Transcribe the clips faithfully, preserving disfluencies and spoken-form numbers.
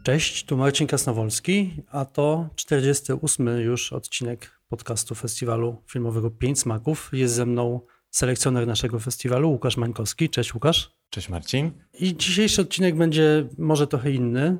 Cześć, tu Marcin Krasnowolski, a to czterdziesty ósmy już odcinek podcastu Festiwalu Filmowego Pięć Smaków. Jest ze mną selekcjoner naszego festiwalu, Łukasz Mańkowski. Cześć Łukasz. Cześć Marcin. I dzisiejszy odcinek będzie może trochę inny,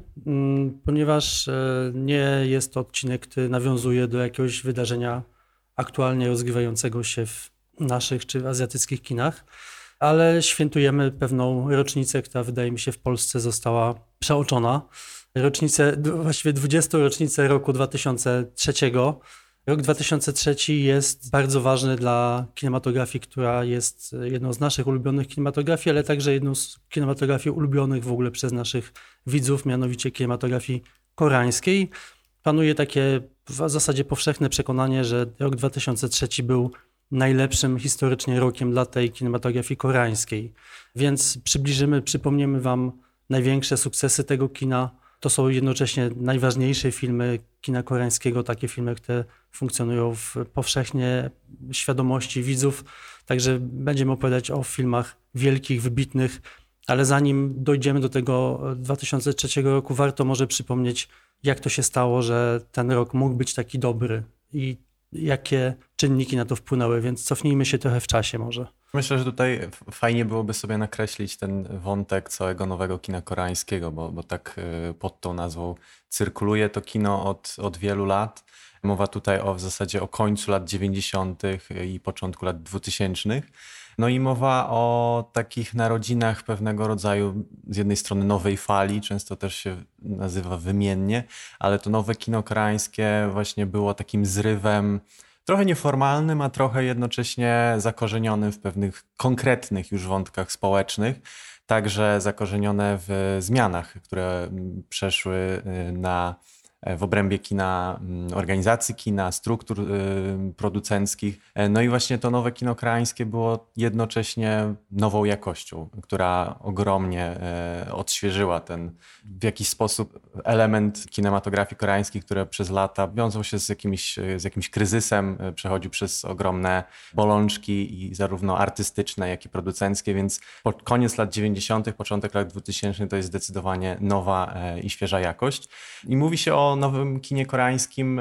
ponieważ nie jest to odcinek, który nawiązuje do jakiegoś wydarzenia aktualnie rozgrywającego się w naszych czy azjatyckich kinach, ale świętujemy pewną rocznicę, która wydaje mi się w Polsce została przeoczona. Rocznicę, właściwie dwudziestą rocznicę roku dwa tysiące trzeciego. Rok dwa tysiące trzeci jest bardzo ważny dla kinematografii, która jest jedną z naszych ulubionych kinematografii, ale także jedną z kinematografii ulubionych w ogóle przez naszych widzów, mianowicie kinematografii koreańskiej. Panuje takie w zasadzie powszechne przekonanie, że rok dwa tysiące trzeci był najlepszym historycznie rokiem dla tej kinematografii koreańskiej. Więc przybliżymy, przypomniemy wam największe sukcesy tego kina. To są jednocześnie najważniejsze filmy kina koreańskiego, takie filmy, które funkcjonują w powszechnie świadomości widzów. Także będziemy opowiadać o filmach wielkich, wybitnych, ale zanim dojdziemy do tego dwa tysiące trzeciego roku, warto może przypomnieć, jak to się stało, że ten rok mógł być taki dobry i jakie czynniki na to wpłynęły, więc cofnijmy się trochę w czasie może. Myślę, że tutaj fajnie byłoby sobie nakreślić ten wątek całego nowego kina koreańskiego, bo, bo tak pod tą nazwą cyrkuluje to kino od, od wielu lat. Mowa tutaj o, w zasadzie o końcu lat dziewięćdziesiątych i początku lat dwutysięcznych. No i mowa o takich narodzinach pewnego rodzaju, z jednej strony nowej fali, często też się nazywa wymiennie, ale to nowe kino koreańskie właśnie było takim zrywem trochę nieformalnym, a trochę jednocześnie zakorzenionym w pewnych konkretnych już wątkach społecznych, także zakorzenione w zmianach, które przeszły na w obrębie kina, organizacji kina, struktur producenckich. No i właśnie to nowe kino koreańskie było jednocześnie nową jakością, która ogromnie odświeżyła ten w jakiś sposób element kinematografii koreańskiej, który przez lata wiązał się z jakimś, z jakimś kryzysem, przechodził przez ogromne bolączki i zarówno artystyczne, jak i producenckie, więc pod koniec lat dziewięćdziesiątych, początek lat dwutysięcznych to jest zdecydowanie nowa i świeża jakość. I mówi się o nowym kinie koreańskim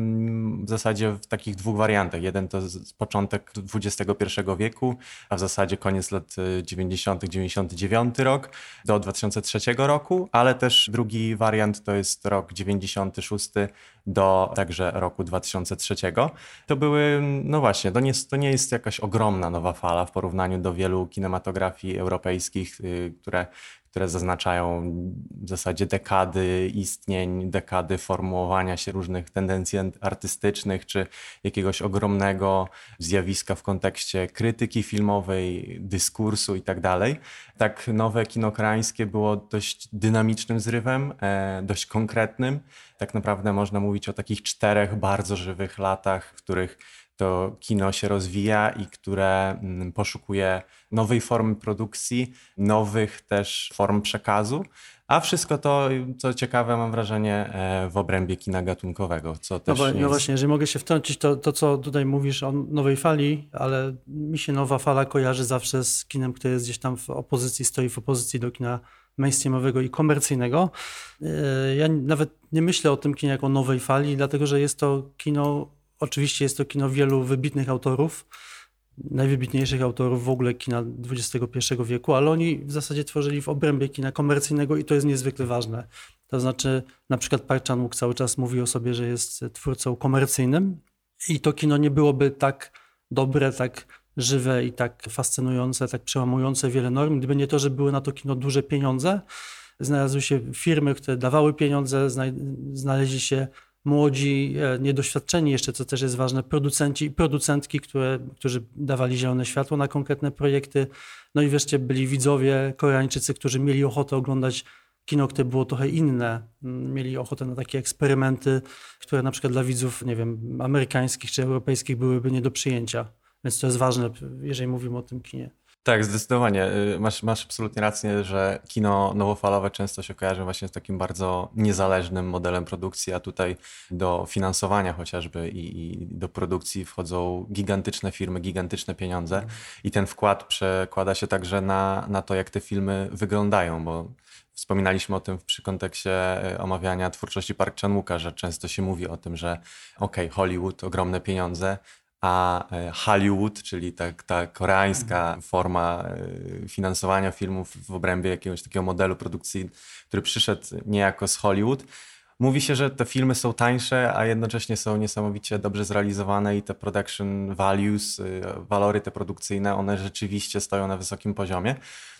w zasadzie w takich dwóch wariantach. Jeden to początek dwudziestego pierwszego wieku, a w zasadzie koniec lat dziewięćdziesiątych, dziewięćdziesiąty dziewiąty rok do dwa tysiące trzeciego roku, ale też drugi wariant to jest rok dziewięćdziesiąty szósty do także roku dwa tysiące trzeciego. To były, no właśnie, to nie, to nie jest jakaś ogromna nowa fala w porównaniu do wielu kinematografii europejskich, które które zaznaczają w zasadzie dekady istnień, dekady formułowania się różnych tendencji artystycznych, czy jakiegoś ogromnego zjawiska w kontekście krytyki filmowej, dyskursu i tak dalej. Tak nowe kino koreańskie było dość dynamicznym zrywem, dość konkretnym. Tak naprawdę można mówić o takich czterech bardzo żywych latach, w których to kino się rozwija i które poszukuje nowej formy produkcji, nowych też form przekazu, a wszystko to, co ciekawe, mam wrażenie, w obrębie kina gatunkowego. Co też no, jest... no właśnie, jeżeli mogę się wtrącić, to, to co tutaj mówisz o nowej fali, ale mi się nowa fala kojarzy zawsze z kinem, które jest gdzieś tam w opozycji, stoi w opozycji do kina mainstreamowego i komercyjnego. Ja nawet nie myślę o tym kinie jako nowej fali, dlatego że jest to kino, oczywiście jest to kino wielu wybitnych autorów, najwybitniejszych autorów w ogóle kina dwudziestego pierwszego wieku, ale oni w zasadzie tworzyli w obrębie kina komercyjnego i to jest niezwykle ważne. To znaczy na przykład Park Chan-wook cały czas mówi o sobie, że jest twórcą komercyjnym i to kino nie byłoby tak dobre, tak żywe i tak fascynujące, tak przełamujące wiele norm, gdyby nie to, że były na to kino duże pieniądze. Znalazły się firmy, które dawały pieniądze, znaleźli się młodzi, niedoświadczeni jeszcze, co też jest ważne, producenci i producentki, które, którzy dawali zielone światło na konkretne projekty. No i wreszcie byli widzowie Koreańczycy, którzy mieli ochotę oglądać kino, które było trochę inne. Mieli ochotę na takie eksperymenty, które na przykład dla widzów, nie wiem, amerykańskich czy europejskich byłyby nie do przyjęcia. Więc to jest ważne, jeżeli mówimy o tym kinie. Tak, zdecydowanie. Masz, masz absolutnie rację, że kino nowofalowe często się kojarzy właśnie z takim bardzo niezależnym modelem produkcji, a tutaj do finansowania chociażby i, i do produkcji wchodzą gigantyczne firmy, gigantyczne pieniądze mm. i ten wkład przekłada się także na, na to, jak te filmy wyglądają, bo Wspominaliśmy o tym przy kontekście omawiania twórczości Park Chan-wooka, że często się mówi o tym, że okej, okay, Hollywood, ogromne pieniądze, a Hollywood, czyli ta, ta koreańska forma finansowania filmów w obrębie jakiegoś takiego modelu produkcji, który przyszedł niejako z Hollywood. Mówi się, że te filmy są tańsze, a jednocześnie są niesamowicie dobrze zrealizowane i te production values, walory te produkcyjne, one rzeczywiście stoją na wysokim poziomie.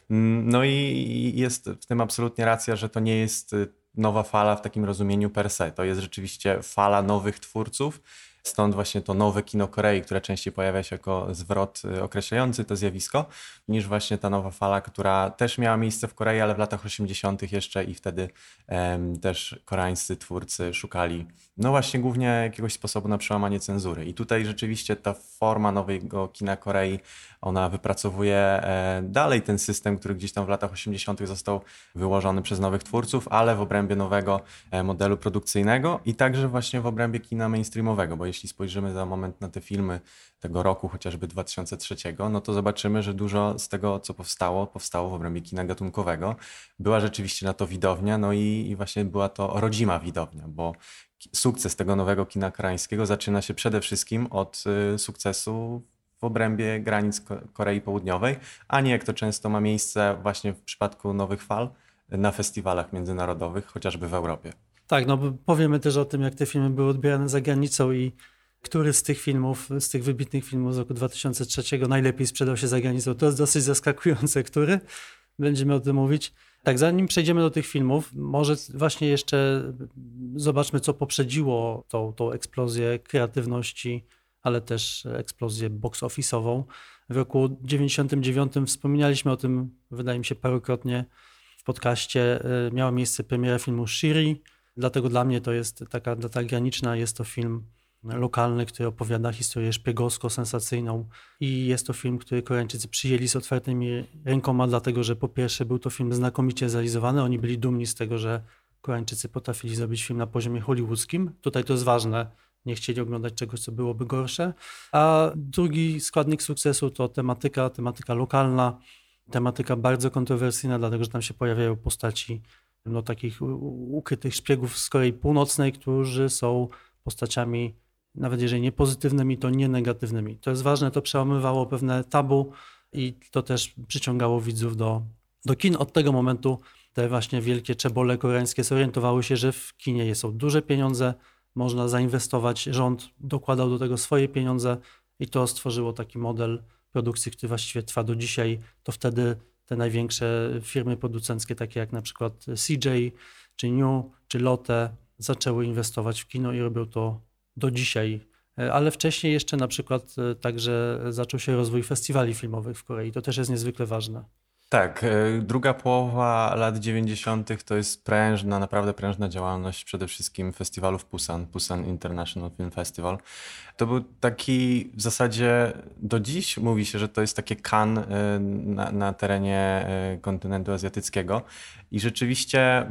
No i jest w tym absolutnie racja, że to nie jest nowa fala w takim rozumieniu per se. To jest rzeczywiście fala nowych twórców. Stąd właśnie to nowe kino Korei, które częściej pojawia się jako zwrot określający to zjawisko, niż właśnie ta nowa fala, która też miała miejsce w Korei, ale w latach osiemdziesiątych jeszcze i wtedy em, też koreańscy twórcy szukali no właśnie głównie jakiegoś sposobu na przełamanie cenzury. I tutaj rzeczywiście ta forma nowego kina Korei, ona wypracowuje e, dalej ten system, który gdzieś tam w latach osiemdziesiątych został wyłożony przez nowych twórców, ale w obrębie nowego e, modelu produkcyjnego i także właśnie w obrębie kina mainstreamowego, bo jeśli spojrzymy za moment na te filmy tego roku, chociażby dwa tysiące trzeciego, no to zobaczymy, że dużo z tego, co powstało, powstało w obrębie kina gatunkowego. Była rzeczywiście na to widownia, no i, i właśnie była to rodzima widownia, bo sukces tego nowego kina koreańskiego zaczyna się przede wszystkim od y, sukcesu w obrębie granic Korei Południowej, a nie jak to często ma miejsce właśnie w przypadku nowych fal na festiwalach międzynarodowych, chociażby w Europie. Tak, no powiemy też o tym, jak te filmy były odbierane za granicą i który z tych filmów, z tych wybitnych filmów z roku dwa tysiące trzeciego najlepiej sprzedał się za granicą. To jest dosyć zaskakujące, który. Będziemy o tym mówić. Tak, zanim przejdziemy do tych filmów, może właśnie jeszcze zobaczmy, co poprzedziło tą, tą eksplozję kreatywności, ale też eksplozję box office'ową. W roku dziewięćdziesiątym dziewiątym wspominaliśmy o tym, wydaje mi się, parokrotnie w podcaście. Miała miejsce premiera filmu Shiri, dlatego dla mnie to jest taka data graniczna, jest to film lokalny, który opowiada historię szpiegowsko-sensacyjną i jest to film, który Koreańczycy przyjęli z otwartymi rękoma, dlatego że po pierwsze był to film znakomicie zrealizowany, oni byli dumni z tego, że Koreańczycy potrafili zrobić film na poziomie hollywoodzkim. Tutaj to jest ważne, nie chcieli oglądać czegoś, co byłoby gorsze. A drugi składnik sukcesu to tematyka, tematyka lokalna, tematyka bardzo kontrowersyjna, dlatego że tam się pojawiają postaci no, takich ukrytych szpiegów z Korei Północnej, którzy są postaciami, nawet jeżeli nie pozytywnymi, to nie negatywnymi. To jest ważne, to przełamywało pewne tabu i to też przyciągało widzów do, do kin. Od tego momentu te właśnie wielkie czebole koreańskie zorientowały się, że w kinie są duże pieniądze, można zainwestować, rząd dokładał do tego swoje pieniądze i to stworzyło taki model produkcji, który właściwie trwa do dzisiaj. To wtedy te największe firmy producenckie, takie jak na przykład C J, czy New, czy Lotte, zaczęły inwestować w kino i robią to do dzisiaj. Ale wcześniej jeszcze na przykład także zaczął się rozwój festiwali filmowych w Korei. To też jest niezwykle ważne. Tak, druga połowa lat dziewięćdziesiątych to jest prężna, naprawdę prężna działalność przede wszystkim festiwalów Busan, Busan International Film Festival. To był taki w zasadzie do dziś mówi się, że to jest takie Cannes na, na terenie kontynentu azjatyckiego i rzeczywiście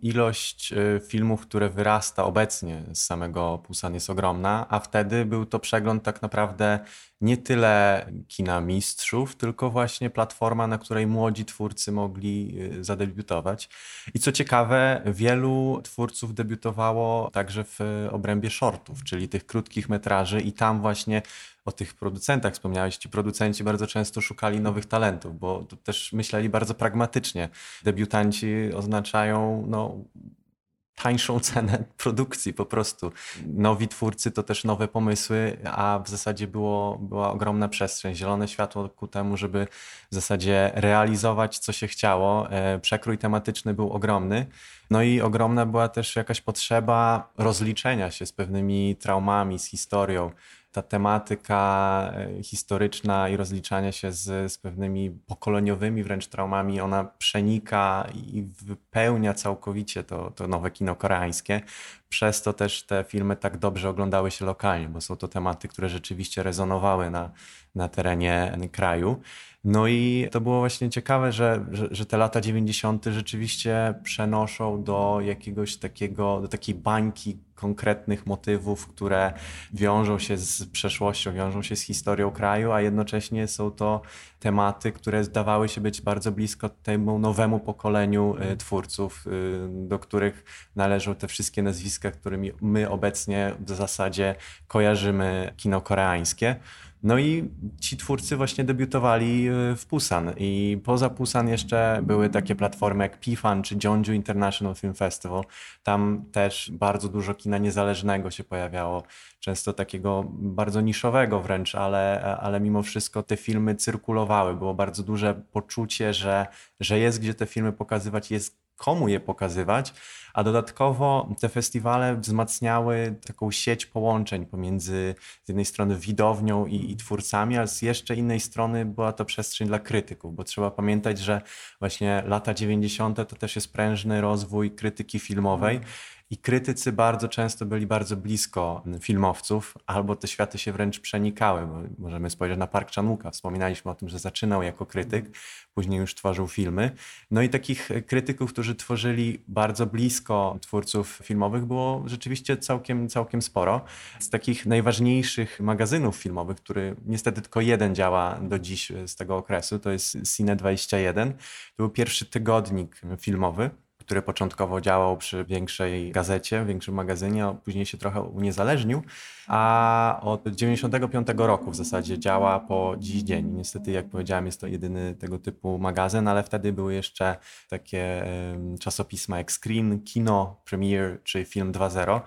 ilość filmów, które wyrasta obecnie z samego Busan jest ogromna, a wtedy był to przegląd tak naprawdę nie tyle kina mistrzów, tylko właśnie platforma, na której młodzi twórcy mogli zadebiutować. I co ciekawe, wielu twórców debiutowało także w obrębie shortów, czyli tych krótkich metraży i tam właśnie o tych producentach wspomniałeś, ci producenci bardzo często szukali nowych talentów, bo też myśleli bardzo pragmatycznie. Debiutanci oznaczają no, tańszą cenę produkcji po prostu. Nowi twórcy to też nowe pomysły, a w zasadzie było, była ogromna przestrzeń, zielone światło ku temu, żeby w zasadzie realizować co się chciało. Przekrój tematyczny był ogromny. No i ogromna była też jakaś potrzeba rozliczenia się z pewnymi traumami, z historią. Ta tematyka historyczna i rozliczania się z, z pewnymi pokoleniowymi wręcz traumami, ona przenika i wypełnia całkowicie to, to nowe kino koreańskie. Przez to też te filmy tak dobrze oglądały się lokalnie, bo są to tematy, które rzeczywiście rezonowały na, na terenie kraju. No i to było właśnie ciekawe, że, że, że te lata dziewięćdziesiąte rzeczywiście przenoszą do jakiegoś takiego, do takiej bańki konkretnych motywów, które wiążą się z przeszłością, wiążą się z historią kraju, a jednocześnie są to tematy, które zdawały się być bardzo blisko temu nowemu pokoleniu y, twórców, y, do których należą te wszystkie nazwiska, którymi my obecnie w zasadzie kojarzymy kino koreańskie. No i ci twórcy właśnie debiutowali w Busan i poza Busan jeszcze były takie platformy jak Pifan czy Jeonju International Film Festival. Tam też bardzo dużo kina niezależnego się pojawiało, często takiego bardzo niszowego wręcz, ale, ale mimo wszystko te filmy cyrkulowały. Było bardzo duże poczucie, że, że jest gdzie te filmy pokazywać, jest komu je pokazywać, a dodatkowo te festiwale wzmacniały taką sieć połączeń pomiędzy z jednej strony widownią i, i twórcami, a z jeszcze innej strony była to przestrzeń dla krytyków, bo trzeba pamiętać, że właśnie lata dziewięćdziesiąte to też jest prężny rozwój krytyki filmowej. I krytycy bardzo często byli bardzo blisko filmowców, albo te światy się wręcz przenikały. Bo możemy spojrzeć na Park Chan-wooka. Wspominaliśmy o tym, że zaczynał jako krytyk, później już tworzył filmy. No i takich krytyków, którzy tworzyli bardzo blisko twórców filmowych, było rzeczywiście całkiem, całkiem sporo. Z takich najważniejszych magazynów filmowych, który niestety tylko jeden działa do dziś z tego okresu, to jest Cine dwadzieścia jeden. To był pierwszy tygodnik filmowy, który początkowo działał przy większej gazecie, większym magazynie, a później się trochę uniezależnił, a od dziewięćdziesiątego piątego roku w zasadzie działa po dziś dzień. Niestety, jak powiedziałem, jest to jedyny tego typu magazyn, ale wtedy były jeszcze takie um, czasopisma jak Screen, Kino, Premiere czy Film dwa zero.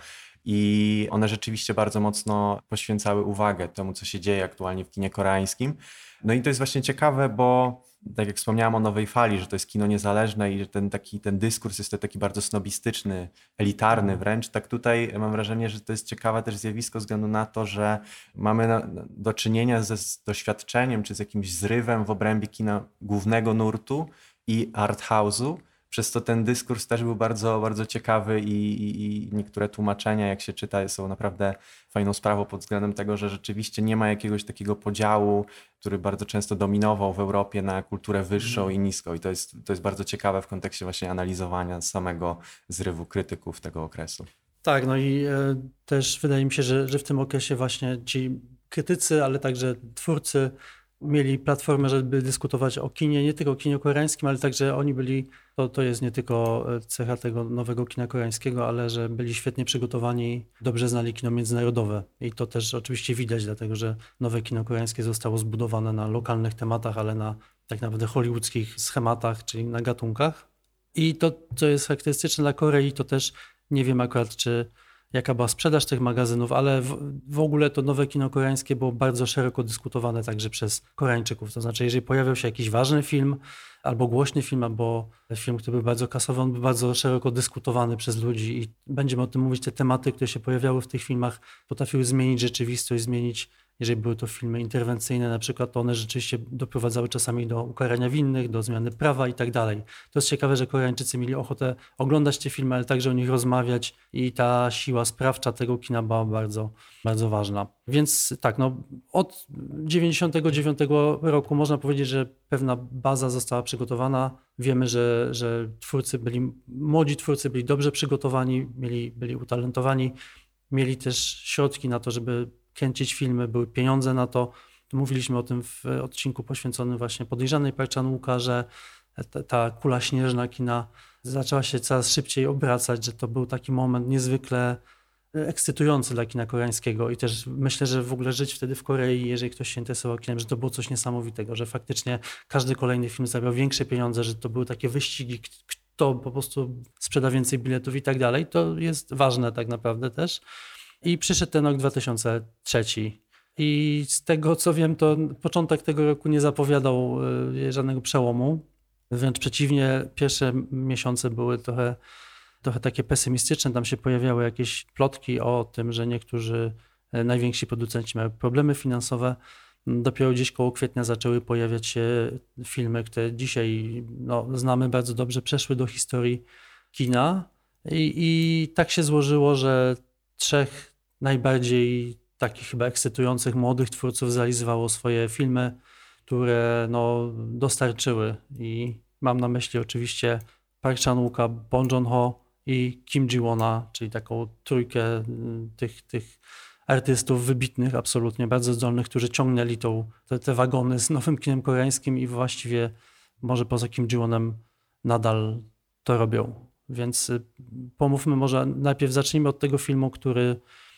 I one rzeczywiście bardzo mocno poświęcały uwagę temu, co się dzieje aktualnie w kinie koreańskim. No i to jest właśnie ciekawe, bo tak jak wspomniałam o nowej fali, że to jest kino niezależne i że ten taki ten dyskurs jest to taki bardzo snobistyczny, elitarny wręcz, tak tutaj mam wrażenie, że to jest ciekawe też zjawisko ze względu na to, że mamy na, do czynienia ze z doświadczeniem czy z jakimś zrywem w obrębie kina głównego nurtu i art house'u. Przez to ten dyskurs też był bardzo, bardzo ciekawy i, i, i niektóre tłumaczenia, jak się czyta, są naprawdę fajną sprawą pod względem tego, że rzeczywiście nie ma jakiegoś takiego podziału, który bardzo często dominował w Europie na kulturę wyższą i niską. I to jest, to jest bardzo ciekawe w kontekście właśnie analizowania samego zrywu krytyków tego okresu. Tak, no i e, też wydaje mi się, że, że w tym okresie właśnie ci krytycy, ale także twórcy mieli platformę, żeby dyskutować o kinie, nie tylko o kinie koreańskim, ale także oni byli, to, to jest nie tylko cecha tego nowego kina koreańskiego, ale że byli świetnie przygotowani, dobrze znali kino międzynarodowe. I to też oczywiście widać, dlatego że nowe kino koreańskie zostało zbudowane na lokalnych tematach, ale na tak naprawdę hollywoodzkich schematach, czyli na gatunkach. I to, co jest charakterystyczne dla Korei, to też nie wiem akurat, czy jaka była sprzedaż tych magazynów, ale w, w ogóle to nowe kino koreańskie było bardzo szeroko dyskutowane także przez Koreańczyków. To znaczy, jeżeli pojawiał się jakiś ważny film, albo głośny film, albo film, który był bardzo kasowy, on był bardzo szeroko dyskutowany przez ludzi i będziemy o tym mówić. Te tematy, które się pojawiały w tych filmach, potrafiły zmienić rzeczywistość, zmienić, jeżeli były to filmy interwencyjne na przykład, to one rzeczywiście doprowadzały czasami do ukarania winnych, do zmiany prawa i tak dalej. To jest ciekawe, że Koreańczycy mieli ochotę oglądać te filmy, ale także o nich rozmawiać i ta siła sprawcza tego kina była bardzo, bardzo ważna. Więc tak, no od dziewięćdziesiątego dziewiątego roku można powiedzieć, że pewna baza została przygotowana. Wiemy, że, że twórcy byli, młodzi twórcy byli dobrze przygotowani, mieli, byli utalentowani, mieli też środki na to, żeby kręcić filmy, były pieniądze na to. Mówiliśmy o tym w odcinku poświęconym właśnie Podejrzanej Park Chan-wooka, że ta, ta kula śnieżna kina zaczęła się coraz szybciej obracać, że to był taki moment niezwykle ekscytujący dla kina koreańskiego i też myślę, że w ogóle żyć wtedy w Korei, jeżeli ktoś się interesował kinem, że to było coś niesamowitego, że faktycznie każdy kolejny film zarabiał większe pieniądze, że to były takie wyścigi, kto po prostu sprzeda więcej biletów i tak dalej. To jest ważne tak naprawdę też. I przyszedł ten rok dwa tysiące trzeci i z tego co wiem, to początek tego roku nie zapowiadał żadnego przełomu. Wręcz przeciwnie, pierwsze miesiące były trochę, trochę takie pesymistyczne. Tam się pojawiały jakieś plotki o tym, że niektórzy najwięksi producenci mają problemy finansowe. Dopiero gdzieś koło kwietnia zaczęły pojawiać się filmy, które dzisiaj no, znamy bardzo dobrze, przeszły do historii kina. I, I tak się złożyło, że trzech najbardziej takich chyba ekscytujących młodych twórców zrealizowało swoje filmy, które no, dostarczyły. I mam na myśli oczywiście Park Chan-wooka, Bong Joon-ho i Kim Ji-wona, czyli taką trójkę y, tych, tych artystów wybitnych, absolutnie bardzo zdolnych, którzy ciągnęli tą, te, te wagony z nowym kinem koreańskim i właściwie może poza Kim Ji-wonem nadal to robią. Więc y, pomówmy może, najpierw zacznijmy od tego filmu, który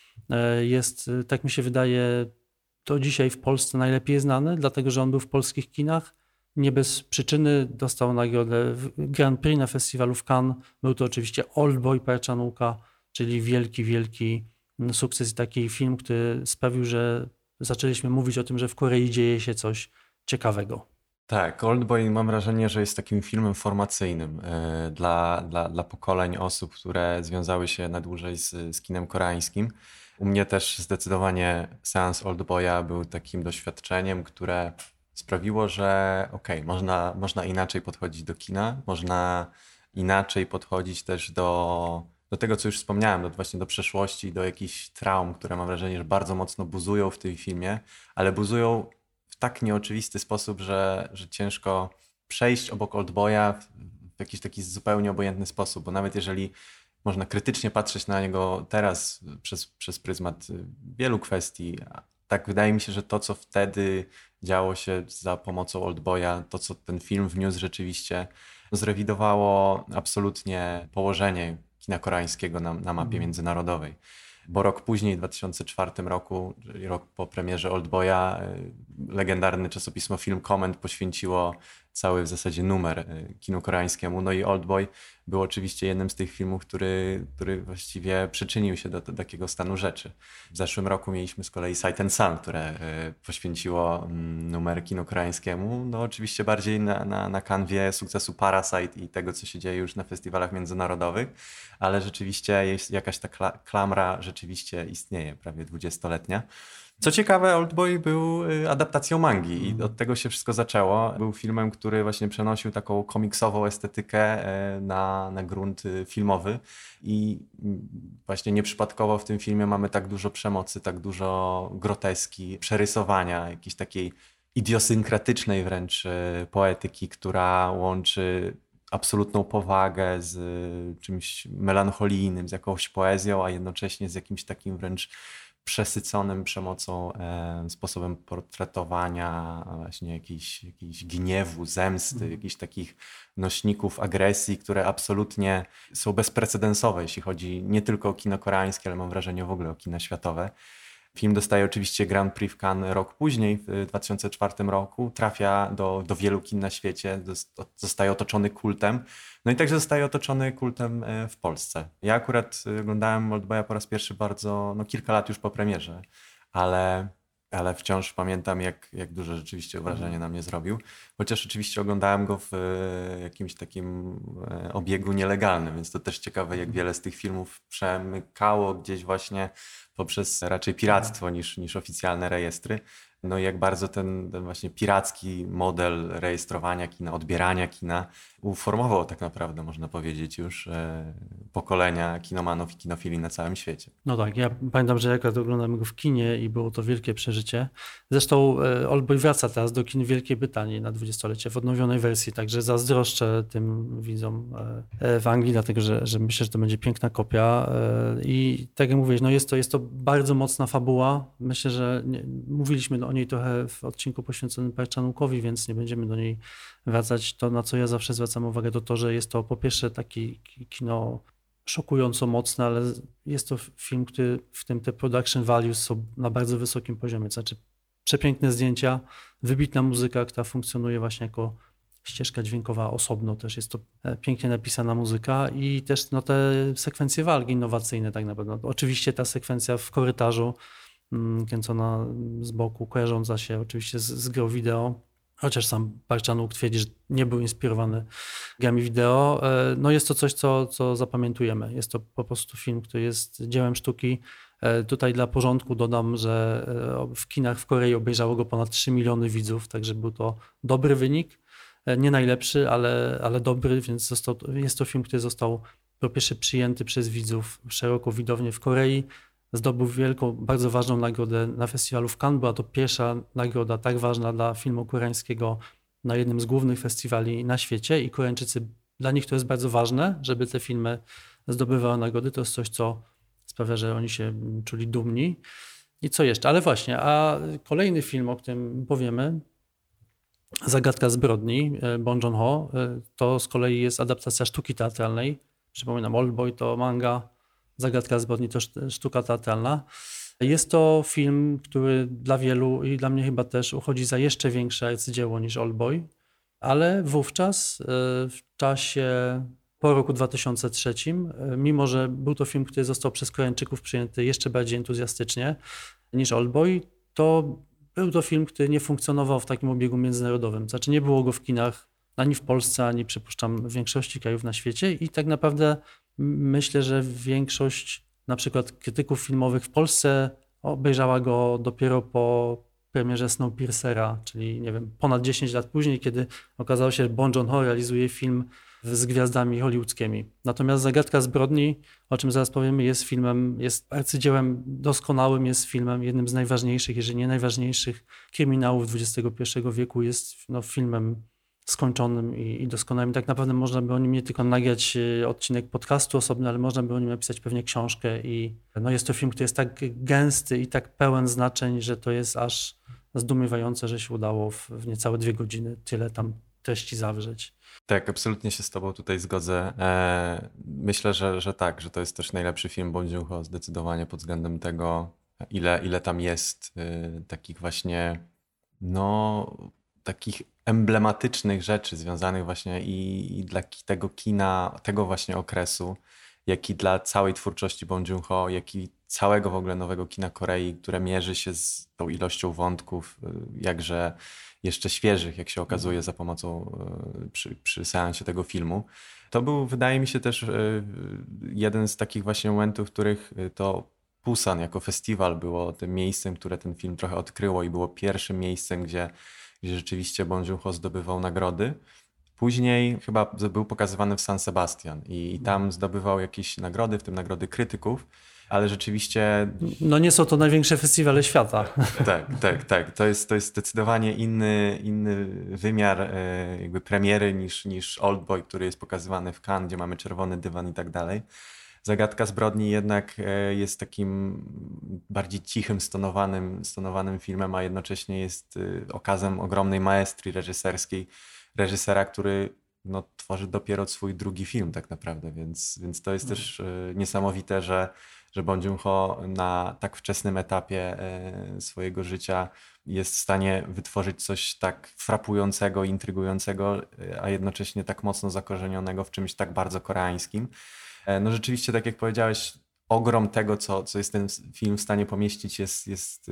y, jest, y, tak mi się wydaje, to dzisiaj w Polsce najlepiej znany, dlatego że on był w polskich kinach. Nie bez przyczyny dostał nagrodę Grand Prix na festiwalu w Cannes. Był to oczywiście Oldboy Park Chan-wooka, czyli wielki, wielki sukces i taki film, który sprawił, że zaczęliśmy mówić o tym, że w Korei dzieje się coś ciekawego. Tak, Oldboy mam wrażenie, że jest takim filmem formacyjnym y, dla, dla, dla pokoleń osób, które związały się na dłużej z, z kinem koreańskim. U mnie też zdecydowanie seans Oldboya był takim doświadczeniem, które sprawiło, że okej, okay, można, można inaczej podchodzić do kina, można inaczej podchodzić też do, do tego, co już wspomniałem, do, właśnie do przeszłości, do jakichś traum, które mam wrażenie, że bardzo mocno buzują w tym filmie, ale buzują w tak nieoczywisty sposób, że, że ciężko przejść obok Oldboya w, w jakiś taki zupełnie obojętny sposób, bo nawet jeżeli można krytycznie patrzeć na niego teraz przez, przez pryzmat wielu kwestii, tak wydaje mi się, że to, co wtedy działo się za pomocą Oldboya, to, co ten film wniósł rzeczywiście, zrewidowało absolutnie położenie kina koreańskiego na, na mapie międzynarodowej. Bo rok później, w dwa tysiące czwartym roku, czyli rok po premierze Oldboya, legendarne czasopismo Film Comment poświęciło cały w zasadzie numer kinu koreańskiemu. No i Oldboy był oczywiście jednym z tych filmów, który, który właściwie przyczynił się do, do takiego stanu rzeczy. W zeszłym roku mieliśmy z kolei Sight and Sound, które poświęciło numer kinu koreańskiemu. No oczywiście bardziej na, na, na kanwie sukcesu Parasite i tego, co się dzieje już na festiwalach międzynarodowych, ale rzeczywiście jest jakaś ta klamra rzeczywiście istnieje, prawie dwudziestoletnia. Co ciekawe, Oldboy był adaptacją mangi i od tego się wszystko zaczęło. Był filmem, który właśnie przenosił taką komiksową estetykę na, na grunt filmowy i właśnie nieprzypadkowo w tym filmie mamy tak dużo przemocy, tak dużo groteski, przerysowania, jakiejś takiej idiosynkratycznej wręcz poetyki, która łączy absolutną powagę z czymś melancholijnym, z jakąś poezją, a jednocześnie z jakimś takim wręcz przesyconym przemocą e, sposobem portretowania właśnie jakiejś, jakiejś gniewu, zemsty, mm. jakichś takich nośników agresji, które absolutnie są bezprecedensowe, jeśli chodzi nie tylko o kino koreańskie, ale mam wrażenie w ogóle o kino światowe. Film dostaje oczywiście Grand Prix w Cannes rok później, w dwa tysiące czwartym roku. Trafia do, do wielu kin na świecie, zostaje otoczony kultem. No i także zostaje otoczony kultem w Polsce. Ja akurat oglądałem Oldboya po raz pierwszy bardzo, no kilka lat już po premierze, ale, ale wciąż pamiętam, jak, jak duże rzeczywiście wrażenie na mnie zrobił. Chociaż oczywiście oglądałem go w jakimś takim obiegu nielegalnym, więc to też ciekawe, jak wiele z tych filmów przemykało gdzieś właśnie poprzez raczej piractwo niż, niż oficjalne rejestry. No i jak bardzo ten, ten właśnie piracki model rejestrowania kina, odbierania kina uformował tak naprawdę, można powiedzieć, już e, pokolenia kinomanów i kinofili na całym świecie. No tak, ja pamiętam, że jak oglądałem go w kinie i było to wielkie przeżycie. Zresztą e, Oldboy wraca teraz do kin Wielkiej Brytanii na dwudziestolecie w odnowionej wersji, także zazdroszczę tym widzom e, w Anglii, dlatego że, że myślę, że to będzie piękna kopia e, i tak jak mówiłeś, no jest to, jest to bardzo mocna fabuła. Myślę, że nie, mówiliśmy o niej trochę w odcinku poświęconym Park Chan-wookowi, więc nie będziemy do niej wracać. To, na co ja zawsze zwracam uwagę, to to, że jest to po pierwsze taki kino szokująco mocne, ale jest to film, który w tym te production values są na bardzo wysokim poziomie. To znaczy przepiękne zdjęcia, wybitna muzyka, która funkcjonuje właśnie jako ścieżka dźwiękowa osobno. Też jest to pięknie napisana muzyka i też no, te sekwencje walki innowacyjne tak naprawdę. Oczywiście ta sekwencja w korytarzu kręcona z boku, kojarząca się oczywiście z, z grą wideo, chociaż sam Park Chan-wook twierdzi, że nie był inspirowany grami wideo. No jest to coś, co, co zapamiętujemy. Jest to po prostu film, który jest dziełem sztuki. Tutaj dla porządku dodam, że w kinach w Korei obejrzało go ponad trzy miliony widzów, także był to dobry wynik. Nie najlepszy, ale, ale dobry, więc został, jest to film, który został po pierwsze przyjęty przez widzów szeroko widownię w Korei. Zdobył wielką, bardzo ważną nagrodę na festiwalu w Cannes. Była to pierwsza nagroda tak ważna dla filmu koreańskiego na jednym z głównych festiwali na świecie i Koreańczycy, dla nich to jest bardzo ważne, żeby te filmy zdobywały nagrody. To jest coś, co sprawia, że oni się czuli dumni. I co jeszcze? Ale właśnie, a kolejny film, o którym powiemy, Zagadka zbrodni Bong Joon-ho, to z kolei jest adaptacja sztuki teatralnej. Przypominam, Oldboy to manga, Zagadka zbrodni to sztuka teatralna. Jest to film, który dla wielu i dla mnie chyba też uchodzi za jeszcze większe arcydzieło niż Oldboy, ale wówczas w czasie po roku dwa tysiące trzecim, mimo że był to film, który został przez Koreańczyków przyjęty jeszcze bardziej entuzjastycznie niż Oldboy, to był to film, który nie funkcjonował w takim obiegu międzynarodowym. Znaczy nie było go w kinach ani w Polsce, ani przypuszczam w większości krajów na świecie i tak naprawdę myślę, że większość na przykład krytyków filmowych w Polsce obejrzała go dopiero po premierze Snowpiercera, czyli nie wiem, ponad dziesięć lat później, kiedy okazało się, że Bong Joon-ho realizuje film z gwiazdami hollywoodzkimi. Natomiast Zagadka zbrodni, o czym zaraz powiemy, jest filmem, jest arcydziełem doskonałym, jest filmem jednym z najważniejszych, jeżeli nie najważniejszych kryminałów dwudziestego pierwszego wieku, jest no, filmem skończonym i, i doskonałym. Tak naprawdę można by o nim nie tylko nagrać odcinek podcastu osobny, ale można by o nim napisać pewnie książkę i no, jest to film, który jest tak gęsty i tak pełen znaczeń, że to jest aż zdumiewające, że się udało w, w niecałe dwie godziny tyle tam treści zawrzeć. Tak, absolutnie się z tobą tutaj zgodzę. Eee, myślę, że, że tak, że to jest też najlepszy film Bong Joon-ho zdecydowanie pod względem tego, ile, ile tam jest y, takich właśnie, no, takich emblematycznych rzeczy związanych właśnie i, i dla tego kina, tego właśnie okresu, jak i dla całej twórczości Bong Joon-ho, jak i całego w ogóle nowego kina Korei, które mierzy się z tą ilością wątków, jakże jeszcze świeżych, jak się okazuje za pomocą, przy, przy seansie tego filmu. To był, wydaje mi się, też jeden z takich właśnie momentów, w których to Busan jako festiwal było tym miejscem, które ten film trochę odkryło i było pierwszym miejscem, gdzie, gdzie rzeczywiście Bong Joon-ho zdobywał nagrody. Później chyba był pokazywany w San Sebastian i, i tam zdobywał jakieś nagrody, w tym nagrody krytyków, ale rzeczywiście... No nie są to największe festiwale świata. Tak, tak, tak. To jest, to jest zdecydowanie inny, inny wymiar jakby premiery niż, niż Oldboy, który jest pokazywany w Cannes, gdzie mamy czerwony dywan i tak dalej. Zagadka zbrodni jednak jest takim bardziej cichym, stonowanym, stonowanym filmem, a jednocześnie jest okazem ogromnej maestrii reżyserskiej, reżysera, który no, tworzy dopiero swój drugi film tak naprawdę, więc, więc to jest też niesamowite, że, że Bong Joon-ho na tak wczesnym etapie swojego życia jest w stanie wytworzyć coś tak frapującego, intrygującego, a jednocześnie tak mocno zakorzenionego w czymś tak bardzo koreańskim. No rzeczywiście, tak jak powiedziałeś, ogrom tego, co, co jest ten film w stanie pomieścić, jest, jest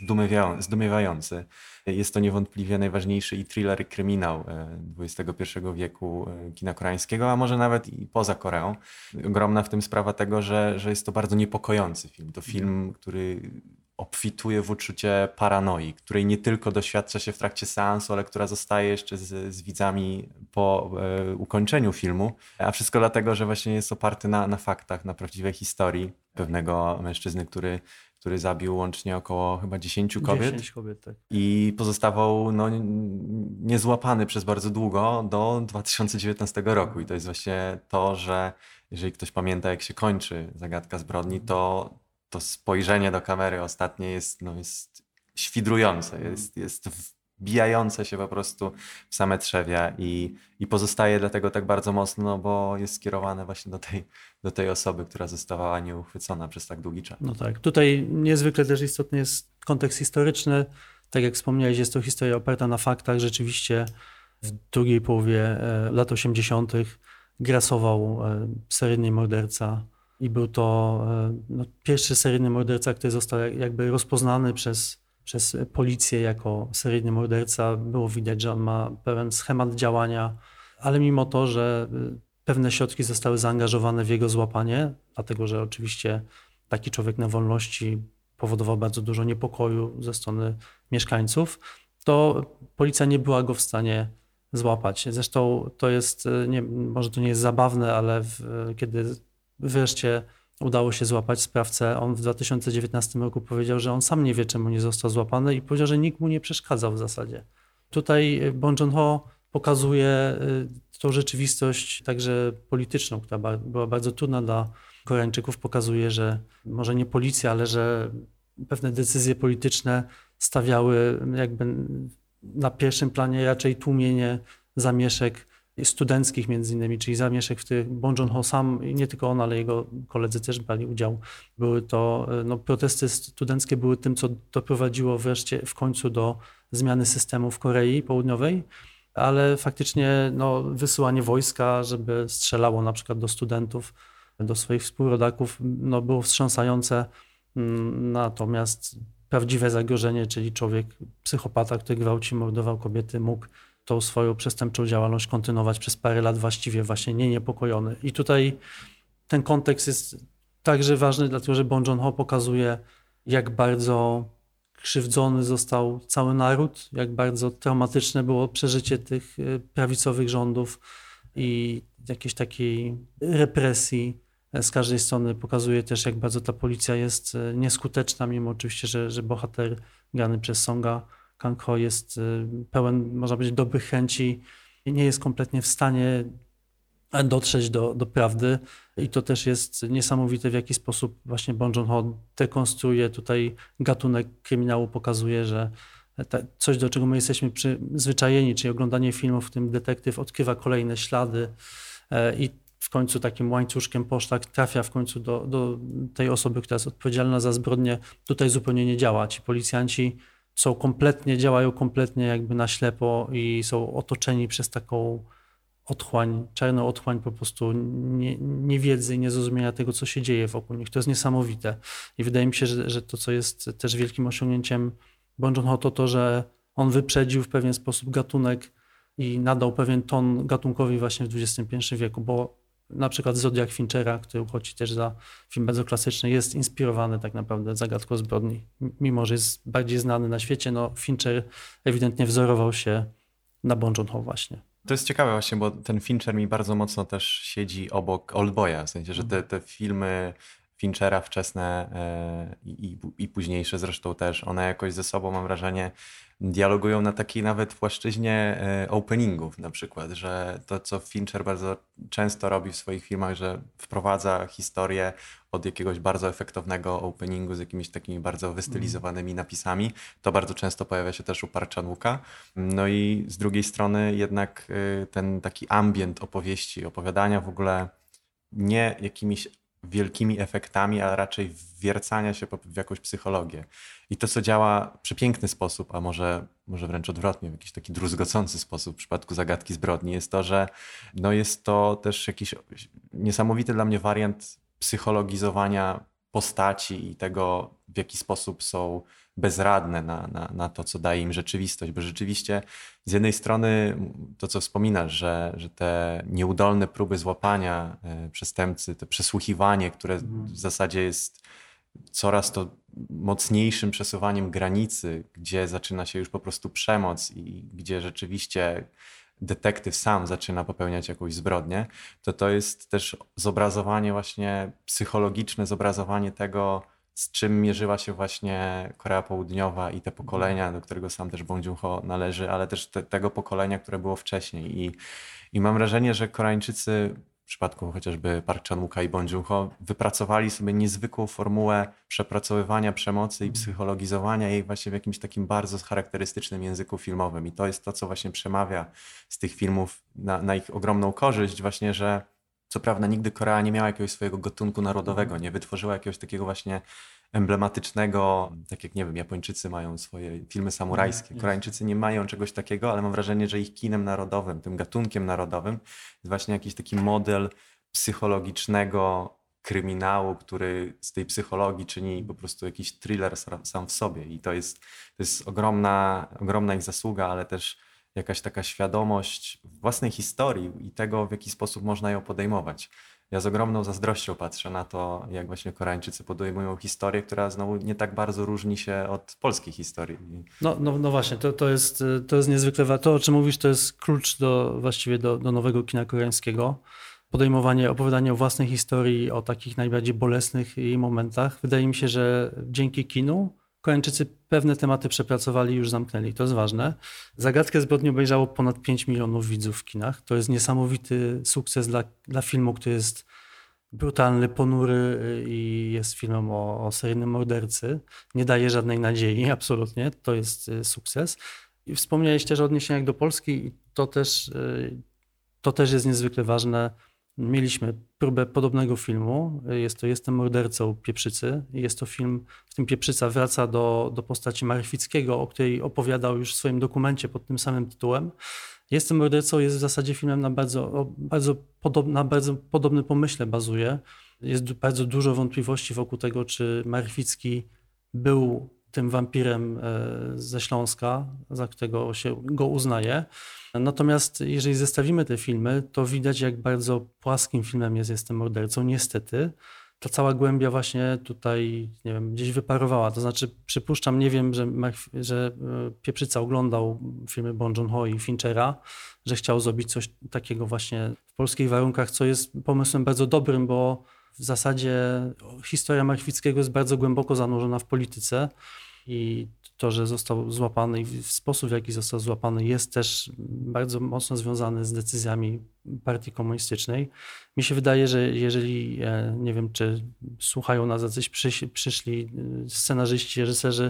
zdumiewający. Jest to niewątpliwie najważniejszy i thriller, i kryminał dwudziestego pierwszego wieku kina koreańskiego, a może nawet i poza Koreą. Ogromna w tym sprawa tego, że, że jest to bardzo niepokojący film. To film, który obfituje w uczucie paranoi, której nie tylko doświadcza się w trakcie seansu, ale która zostaje jeszcze z, z widzami po e, ukończeniu filmu. A wszystko dlatego, że właśnie jest oparty na, na faktach, na prawdziwej historii pewnego mężczyzny, który, który zabił łącznie około chyba dziesięciu kobiet. dziesięć kobiet, tak. I pozostawał no, niezłapany przez bardzo długo do dwa tysiące dziewiętnastego roku. I to jest właśnie to, że jeżeli ktoś pamięta, jak się kończy Zagadka zbrodni, to to spojrzenie do kamery ostatnie jest, no, jest świdrujące, jest, jest wbijające się po prostu w same trzewia i, i pozostaje dlatego tak bardzo mocno, no, bo jest skierowane właśnie do tej, do tej osoby, która została nieuchwycona przez tak długi czas. No tak, tutaj niezwykle też istotny jest kontekst historyczny. Tak jak wspomniałeś, jest to historia oparta na faktach. Rzeczywiście w drugiej połowie lat osiemdziesiątych grasował seryjny morderca. I był to no, pierwszy seryjny morderca, który został jakby rozpoznany przez, przez policję jako seryjny morderca. Było widać, że on ma pewien schemat działania, ale mimo to, że pewne środki zostały zaangażowane w jego złapanie, dlatego że oczywiście taki człowiek na wolności powodował bardzo dużo niepokoju ze strony mieszkańców, to policja nie była go w stanie złapać. Zresztą to jest, nie, może to nie jest zabawne, ale w, kiedy wreszcie udało się złapać sprawcę, on w dwa tysiące dziewiętnastym roku powiedział, że on sam nie wie, czemu nie został złapany i powiedział, że nikt mu nie przeszkadzał w zasadzie. Tutaj Bong Joon-ho pokazuje tą rzeczywistość także polityczną, która była bardzo trudna dla Koreańczyków. Pokazuje, że może nie policja, ale że pewne decyzje polityczne stawiały jakby na pierwszym planie raczej tłumienie zamieszek studenckich między innymi, czyli zamieszek, w których Bong Joon-ho sam, nie tylko on, ale jego koledzy też brali udział. Były to, no, protesty studenckie były tym, co doprowadziło wreszcie w końcu do zmiany systemu w Korei Południowej, ale faktycznie no, wysyłanie wojska, żeby strzelało na przykład do studentów, do swoich współrodaków, no, było wstrząsające. Natomiast prawdziwe zagrożenie, czyli człowiek, psychopata, który gwałci, mordował kobiety, mógł tą swoją przestępczą działalność kontynuować przez parę lat właściwie właśnie nie niepokojony. I tutaj ten kontekst jest także ważny, dlatego że Bong Joon-ho pokazuje, jak bardzo krzywdzony został cały naród, jak bardzo traumatyczne było przeżycie tych prawicowych rządów i jakiejś takiej represji z każdej strony. Pokazuje też, jak bardzo ta policja jest nieskuteczna, mimo oczywiście, że, że bohater grany przez Songa Kang-ho jest pełen, można powiedzieć, dobrych chęci i nie jest kompletnie w stanie dotrzeć do, do prawdy. I to też jest niesamowite, w jaki sposób właśnie Bong Joon-ho dekonstruuje tutaj gatunek kryminału, pokazuje, że coś, do czego my jesteśmy przyzwyczajeni, czyli oglądanie filmów, w którym detektyw odkrywa kolejne ślady i w końcu takim łańcuszkiem poszlak trafia w końcu do, do tej osoby, która jest odpowiedzialna za zbrodnię, tutaj zupełnie nie działa. Ci policjanci są kompletnie, działają kompletnie jakby na ślepo i są otoczeni przez taką otchłań, czarną otchłań po prostu nie, niewiedzy i niezrozumienia tego, co się dzieje wokół nich. To jest niesamowite. I wydaje mi się, że, że to, co jest też wielkim osiągnięciem Bong Joon-ho, to to, że on wyprzedził w pewien sposób gatunek i nadał pewien ton gatunkowi właśnie w dwudziestym pierwszym wieku, bo na przykład Zodiak Finchera, który uchodzi też za film bardzo klasyczny, jest inspirowany tak naprawdę zagadką zbrodni. Mimo że jest bardziej znany na świecie, no Fincher ewidentnie wzorował się na Bong Joon-ho właśnie. To jest ciekawe właśnie, bo ten Fincher mi bardzo mocno też siedzi obok Oldboya, w sensie, że te, te filmy Finchera wczesne e, i, i późniejsze zresztą też, one jakoś ze sobą, mam wrażenie, dialogują na takiej nawet płaszczyźnie e, openingów na przykład, że to, co Fincher bardzo często robi w swoich filmach, że wprowadza historię od jakiegoś bardzo efektownego openingu z jakimiś takimi bardzo wystylizowanymi napisami. To bardzo często pojawia się też u Park Chan-wooka. No i z drugiej strony jednak e, ten taki ambient opowieści, opowiadania w ogóle nie jakimiś wielkimi efektami, a raczej wwiercania się w jakąś psychologię. I to, co działa w przepiękny sposób, a może, może wręcz odwrotnie, w jakiś taki druzgocący sposób w przypadku Zagadki zbrodni, jest to, że no jest to też jakiś niesamowity dla mnie wariant psychologizowania postaci i tego, w jaki sposób są bezradne na, na, na to, co daje im rzeczywistość, bo rzeczywiście z jednej strony to, co wspominasz, że, że te nieudolne próby złapania przestępcy, to przesłuchiwanie, które w zasadzie jest coraz to mocniejszym przesuwaniem granicy, gdzie zaczyna się już po prostu przemoc i gdzie rzeczywiście detektyw sam zaczyna popełniać jakąś zbrodnię, to to jest też zobrazowanie właśnie psychologiczne, zobrazowanie tego, z czym mierzyła się właśnie Korea Południowa i te pokolenia, do którego sam też Bong Joon-ho należy, ale też te, tego pokolenia, które było wcześniej. I, i mam wrażenie, że Koreańczycy w przypadku chociażby Park Chan-wooka i Bong Joon-ho wypracowali sobie niezwykłą formułę przepracowywania przemocy i psychologizowania jej właśnie w jakimś takim bardzo charakterystycznym języku filmowym. I to jest to, co właśnie przemawia z tych filmów na, na ich ogromną korzyść właśnie, że co prawda nigdy Korea nie miała jakiegoś swojego gatunku narodowego, nie wytworzyła jakiegoś takiego właśnie emblematycznego, tak jak nie wiem, Japończycy mają swoje filmy samurajskie, Koreańczycy nie mają czegoś takiego, ale mam wrażenie, że ich kinem narodowym, tym gatunkiem narodowym jest właśnie jakiś taki model psychologicznego kryminału, który z tej psychologii czyni po prostu jakiś thriller sam w sobie i to jest, to jest ogromna, ogromna ich zasługa, ale też jakaś taka świadomość własnej historii i tego, w jaki sposób można ją podejmować. ja z ogromną zazdrością patrzę na to, jak właśnie Koreańczycy podejmują historię, która znowu nie tak bardzo różni się od polskiej historii. No, no, no właśnie, to, to, jest, to jest niezwykle, wa- to o czym mówisz, to jest klucz do, właściwie do, do nowego kina koreańskiego. Podejmowanie, opowiadanie o własnej historii, o takich najbardziej bolesnych jej momentach. Wydaje mi się, że dzięki kinu Koreańczycy pewne tematy przepracowali i już zamknęli. To jest ważne. Zagadkę zbrodni obejrzało ponad pięć milionów widzów w kinach. To jest niesamowity sukces dla, dla filmu, który jest brutalny, ponury i jest filmem o, o seryjnym mordercy. Nie daje żadnej nadziei, absolutnie. To jest y, sukces. I wspomniałeś też o odniesieniach do Polski i to też, y, to też jest niezwykle ważne. Mieliśmy próbę podobnego filmu. Jest to Jestem mordercą Pieprzycy. Jest to film, w tym Pieprzyca wraca do, do postaci Marychwickiego, o której opowiadał już w swoim dokumencie pod tym samym tytułem. Jestem mordercą jest w zasadzie filmem na bardzo, o bardzo, podob, na bardzo podobnym pomyśle bazuje. Jest du- bardzo dużo wątpliwości wokół tego, czy Marychwicki był tym wampirem e, ze Śląska, za którego się go uznaje. Natomiast jeżeli zestawimy te filmy, to widać, jak bardzo płaskim filmem jest Jestem mordercą. Niestety ta cała głębia właśnie tutaj, nie wiem, gdzieś wyparowała. To znaczy przypuszczam, nie wiem, że, Mark- że e, Pieprzyca oglądał filmy Bong Joon-ho i Finchera, że chciał zrobić coś takiego właśnie w polskich warunkach, co jest pomysłem bardzo dobrym, bo w zasadzie historia Marychwickiego jest bardzo głęboko zanurzona w polityce i to, że został złapany i w sposób, w jaki został złapany, jest też bardzo mocno związany z decyzjami partii komunistycznej. Mi się wydaje, że jeżeli, e, nie wiem, czy słuchają nas jacyś przyś- przyszli e, scenarzyści, reżyserzy,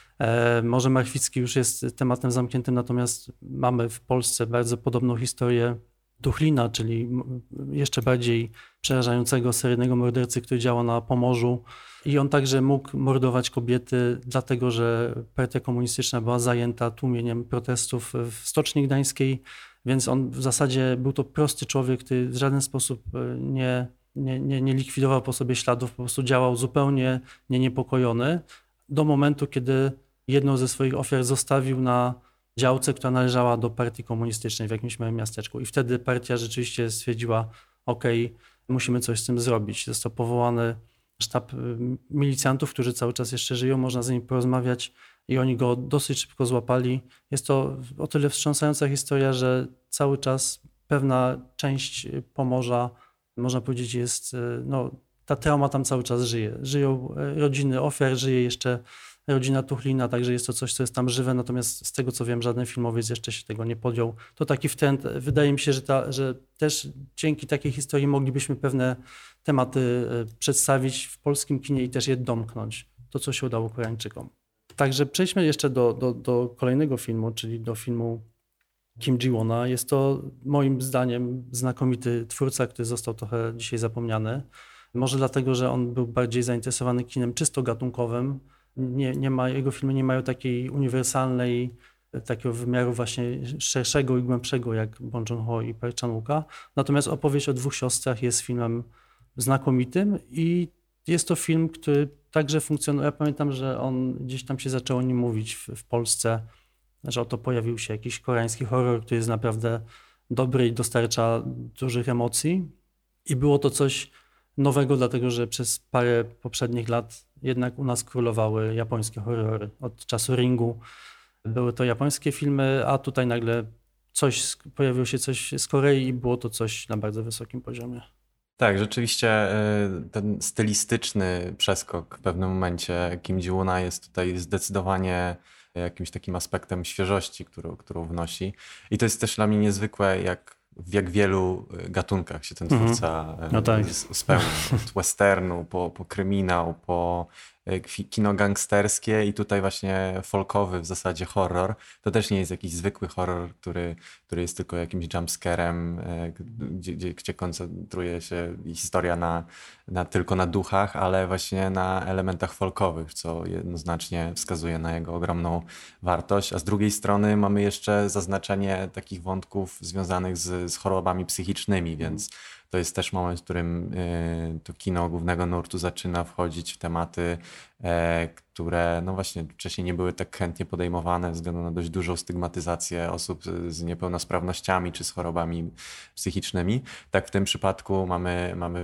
e, może Marychwicki już jest tematem zamkniętym, natomiast mamy w Polsce bardzo podobną historię Tuchlina, czyli m- jeszcze bardziej przerażającego seryjnego mordercy, który działa na Pomorzu. I on także mógł mordować kobiety, dlatego że partia komunistyczna była zajęta tłumieniem protestów w Stoczni Gdańskiej, więc on w zasadzie był to prosty człowiek, który w żaden sposób e, nie, nie, nie, nie likwidował po sobie śladów, po prostu działał zupełnie nie niepokojony, do momentu, kiedy jedną ze swoich ofiar zostawił na działce, która należała do partii komunistycznej w jakimś małym miasteczku. I wtedy partia rzeczywiście stwierdziła, okej, musimy coś z tym zrobić. Został powołany sztab y, milicjantów, którzy cały czas jeszcze żyją, można z nimi porozmawiać i oni go dosyć szybko złapali. Jest to o tyle wstrząsająca historia, że cały czas pewna część Pomorza, można powiedzieć, jest, y, no, ta trauma tam cały czas żyje. Żyją y, rodziny ofiar, żyje jeszcze rodzina Tuchlina, także jest to coś, co jest tam żywe, natomiast z tego co wiem, żaden filmowiec jeszcze się tego nie podjął. To taki wtręt. Wydaje mi się, że, ta, że też dzięki takiej historii moglibyśmy pewne tematy e, przedstawić w polskim kinie i też je domknąć. To, co się udało Koreańczykom. Także przejdźmy jeszcze do, do, do kolejnego filmu, czyli do filmu Kim Ji-wona. Jest to moim zdaniem znakomity twórca, który został trochę dzisiaj zapomniany. Może dlatego, że on był bardziej zainteresowany kinem czysto gatunkowym. Nie, nie ma, jego filmy nie mają takiej uniwersalnej, takiego wymiaru właśnie szerszego i głębszego jak Bong Joon-ho i Park Chan-wooka. Natomiast opowieść o dwóch siostrach jest filmem znakomitym i jest to film, który także funkcjonuje. Ja pamiętam, że on gdzieś tam się zaczęło o nim mówić w, w Polsce, że oto pojawił się jakiś koreański horror, który jest naprawdę dobry i dostarcza dużych emocji. I było to coś nowego, dlatego że przez parę poprzednich lat jednak u nas królowały japońskie horrory. Od czasu Ringu były to japońskie filmy, a tutaj nagle coś, z- pojawiło się coś z Korei i było to coś na bardzo wysokim poziomie. Tak, rzeczywiście y, ten stylistyczny przeskok w pewnym momencie Kim Ji-woona jest tutaj zdecydowanie jakimś takim aspektem świeżości, którą, którą wnosi. I to jest też dla mnie niezwykłe, jak w jak wielu y, gatunkach się ten Mhm. twórca y, No tak. s- spełnia. Od westernu, po, po kryminał, po y, kwi- kino gangsterskie i tutaj właśnie folkowy w zasadzie horror. To też nie jest jakiś zwykły horror, który, który jest tylko jakimś jumpscarem, y, gdzie, gdzie, gdzie koncentruje się historia na, na, tylko na duchach, ale właśnie na elementach folkowych, co jednoznacznie wskazuje na jego ogromną wartość. A z drugiej strony mamy jeszcze zaznaczenie takich wątków związanych z, z chorobami psychicznymi, więc to jest też moment, w którym to kino głównego nurtu zaczyna wchodzić w tematy, które no właśnie wcześniej nie były tak chętnie podejmowane ze względu na dość dużą stygmatyzację osób z niepełnosprawnościami czy z chorobami psychicznymi. Tak w tym przypadku mamy, mamy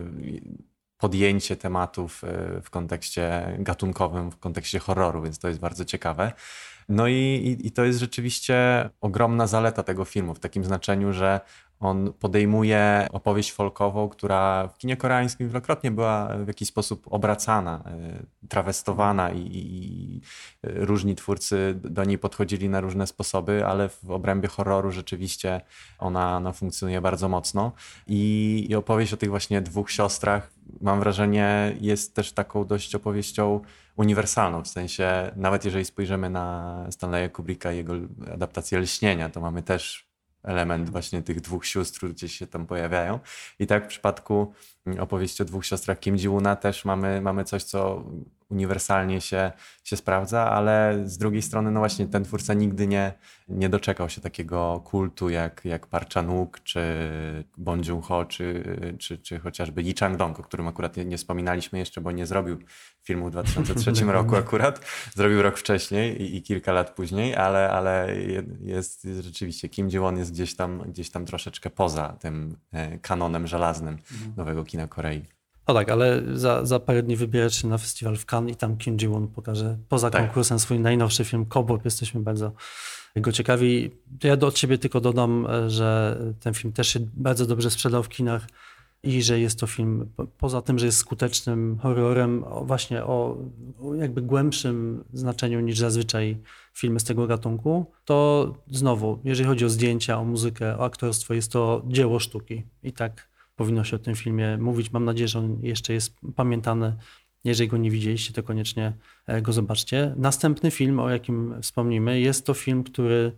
podjęcie tematów w kontekście gatunkowym, w kontekście horroru, więc to jest bardzo ciekawe. No i, i, i to jest rzeczywiście ogromna zaleta tego filmu w takim znaczeniu, że on podejmuje opowieść folkową, która w kinie koreańskim wielokrotnie była w jakiś sposób obracana, trawestowana i, i różni twórcy do niej podchodzili na różne sposoby, ale w obrębie horroru rzeczywiście ona, ona funkcjonuje bardzo mocno. I, i opowieść o tych właśnie dwóch siostrach, mam wrażenie, jest też taką dość opowieścią uniwersalną, w sensie nawet jeżeli spojrzymy na Stanleya Kubricka i jego adaptację Lśnienia, to mamy też element właśnie tych dwóch sióstr, które gdzieś się tam pojawiają. I tak w przypadku opowieści o dwóch siostrach Kim Ji-woona też mamy, mamy coś, co uniwersalnie się, się sprawdza, ale z drugiej strony no właśnie ten twórca nigdy nie, nie doczekał się takiego kultu jak, jak Park Chan-wook, czy Bong Joon-ho, czy, czy, czy chociażby Lee Chang-dong, o którym akurat nie, nie wspominaliśmy jeszcze, bo nie zrobił filmu w dwa tysiące trzecim roku akurat. Zrobił rok wcześniej i, i kilka lat później, ale, ale jest, jest rzeczywiście, Kim Ji-won jest gdzieś tam, gdzieś tam troszeczkę poza tym kanonem żelaznym nowego kina Korei. No tak, ale za, za parę dni wybierasz się na festiwal w Cannes i tam Kim Ji-woon pokaże poza tak. konkursem swój najnowszy film Kobob. Jesteśmy bardzo go ciekawi. Ja do, od siebie tylko dodam, że ten film też się bardzo dobrze sprzedał w kinach i że jest to film, poza tym, że jest skutecznym horrorem, o, właśnie o, o jakby głębszym znaczeniu niż zazwyczaj filmy z tego gatunku, to znowu, jeżeli chodzi o zdjęcia, o muzykę, o aktorstwo, jest to dzieło sztuki i tak powinno się o tym filmie mówić. Mam nadzieję, że on jeszcze jest pamiętany. Jeżeli go nie widzieliście, to koniecznie go zobaczcie. Następny film, o jakim wspomnimy, jest to film, który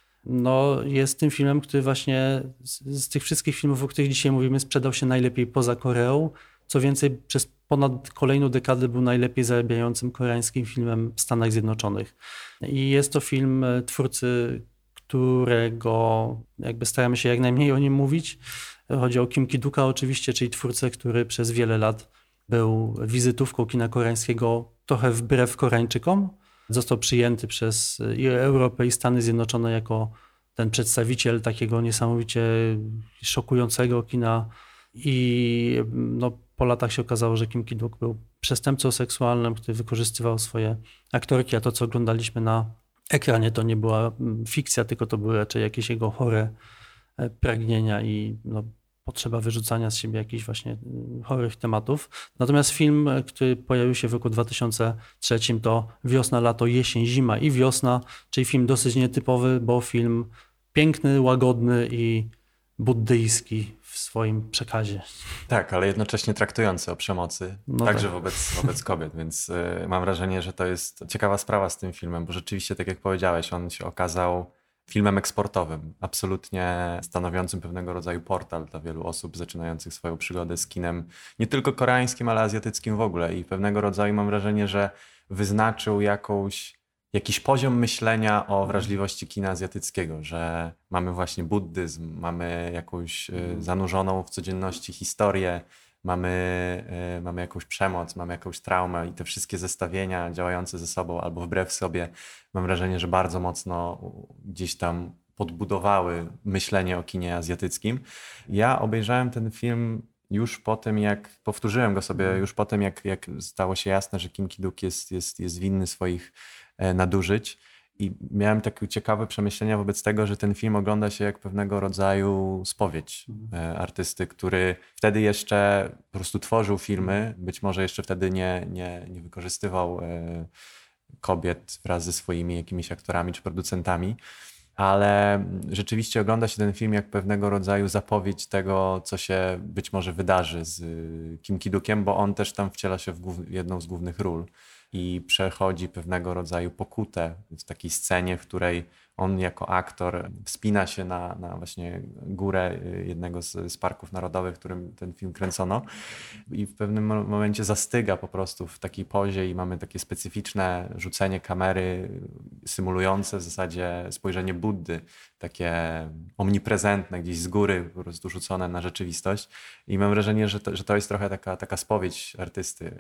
no, jest tym filmem, który właśnie z, z tych wszystkich filmów, o których dzisiaj mówimy, sprzedał się najlepiej poza Koreą. Co więcej, przez ponad kolejną dekadę był najlepiej zarabiającym koreańskim filmem w Stanach Zjednoczonych. I jest to film twórcy, którego jakby staramy się jak najmniej o nim mówić. Chodzi o Kim Ki-duka oczywiście, czyli twórcę, który przez wiele lat był wizytówką kina koreańskiego trochę wbrew Koreańczykom. Został przyjęty przez i Europę i Stany Zjednoczone jako ten przedstawiciel takiego niesamowicie szokującego kina i no, po latach się okazało, że Kim Ki-duk był przestępcą seksualnym, który wykorzystywał swoje aktorki, a to, co oglądaliśmy na ekranie, to nie była fikcja, tylko to były raczej jakieś jego chore pragnienia i no, potrzeba wyrzucania z siebie jakichś właśnie chorych tematów. Natomiast film, który pojawił się w roku dwa tysiące trzecim, to Wiosna, lato, jesień, zima i wiosna, czyli film dosyć nietypowy, bo film piękny, łagodny i buddyjski w swoim przekazie. Tak, ale jednocześnie traktujący o przemocy, no także tak. wobec, wobec kobiet, więc y, mam wrażenie, że to jest ciekawa sprawa z tym filmem, bo rzeczywiście, tak jak powiedziałeś, on się okazał filmem eksportowym, absolutnie stanowiącym pewnego rodzaju portal dla wielu osób zaczynających swoją przygodę z kinem nie tylko koreańskim, ale azjatyckim w ogóle i pewnego rodzaju mam wrażenie, że wyznaczył jakąś, jakiś poziom myślenia o wrażliwości kina azjatyckiego, że mamy właśnie buddyzm, mamy jakąś zanurzoną w codzienności historię, mamy, mamy jakąś przemoc, mamy jakąś traumę i te wszystkie zestawienia działające ze sobą albo wbrew sobie, mam wrażenie, że bardzo mocno gdzieś tam podbudowały myślenie o kinie azjatyckim. Ja obejrzałem ten film już po tym, jak powtórzyłem go sobie, już po tym, jak, jak stało się jasne, że Kim Ki-duk jest, jest, jest winny swoich nadużyć. I miałem takie ciekawe przemyślenia wobec tego, że ten film ogląda się jak pewnego rodzaju spowiedź mhm. artysty, który wtedy jeszcze po prostu tworzył filmy, być może jeszcze wtedy nie, nie, nie wykorzystywał kobiet wraz ze swoimi jakimiś aktorami czy producentami, ale rzeczywiście ogląda się ten film jak pewnego rodzaju zapowiedź tego, co się być może wydarzy z Kim Ki-dukiem, bo on też tam wciela się w głów- jedną z głównych ról. i przechodzi pewnego rodzaju pokutę w takiej scenie, w której on jako aktor wspina się na, na właśnie górę jednego z, z parków narodowych, w którym ten film kręcono i w pewnym momencie zastyga po prostu w takiej pozie i mamy takie specyficzne rzucenie kamery symulujące w zasadzie spojrzenie Buddy, takie omniprezentne, gdzieś z góry po prostu rzucone na rzeczywistość i mam wrażenie, że to, że to jest trochę taka, taka spowiedź artysty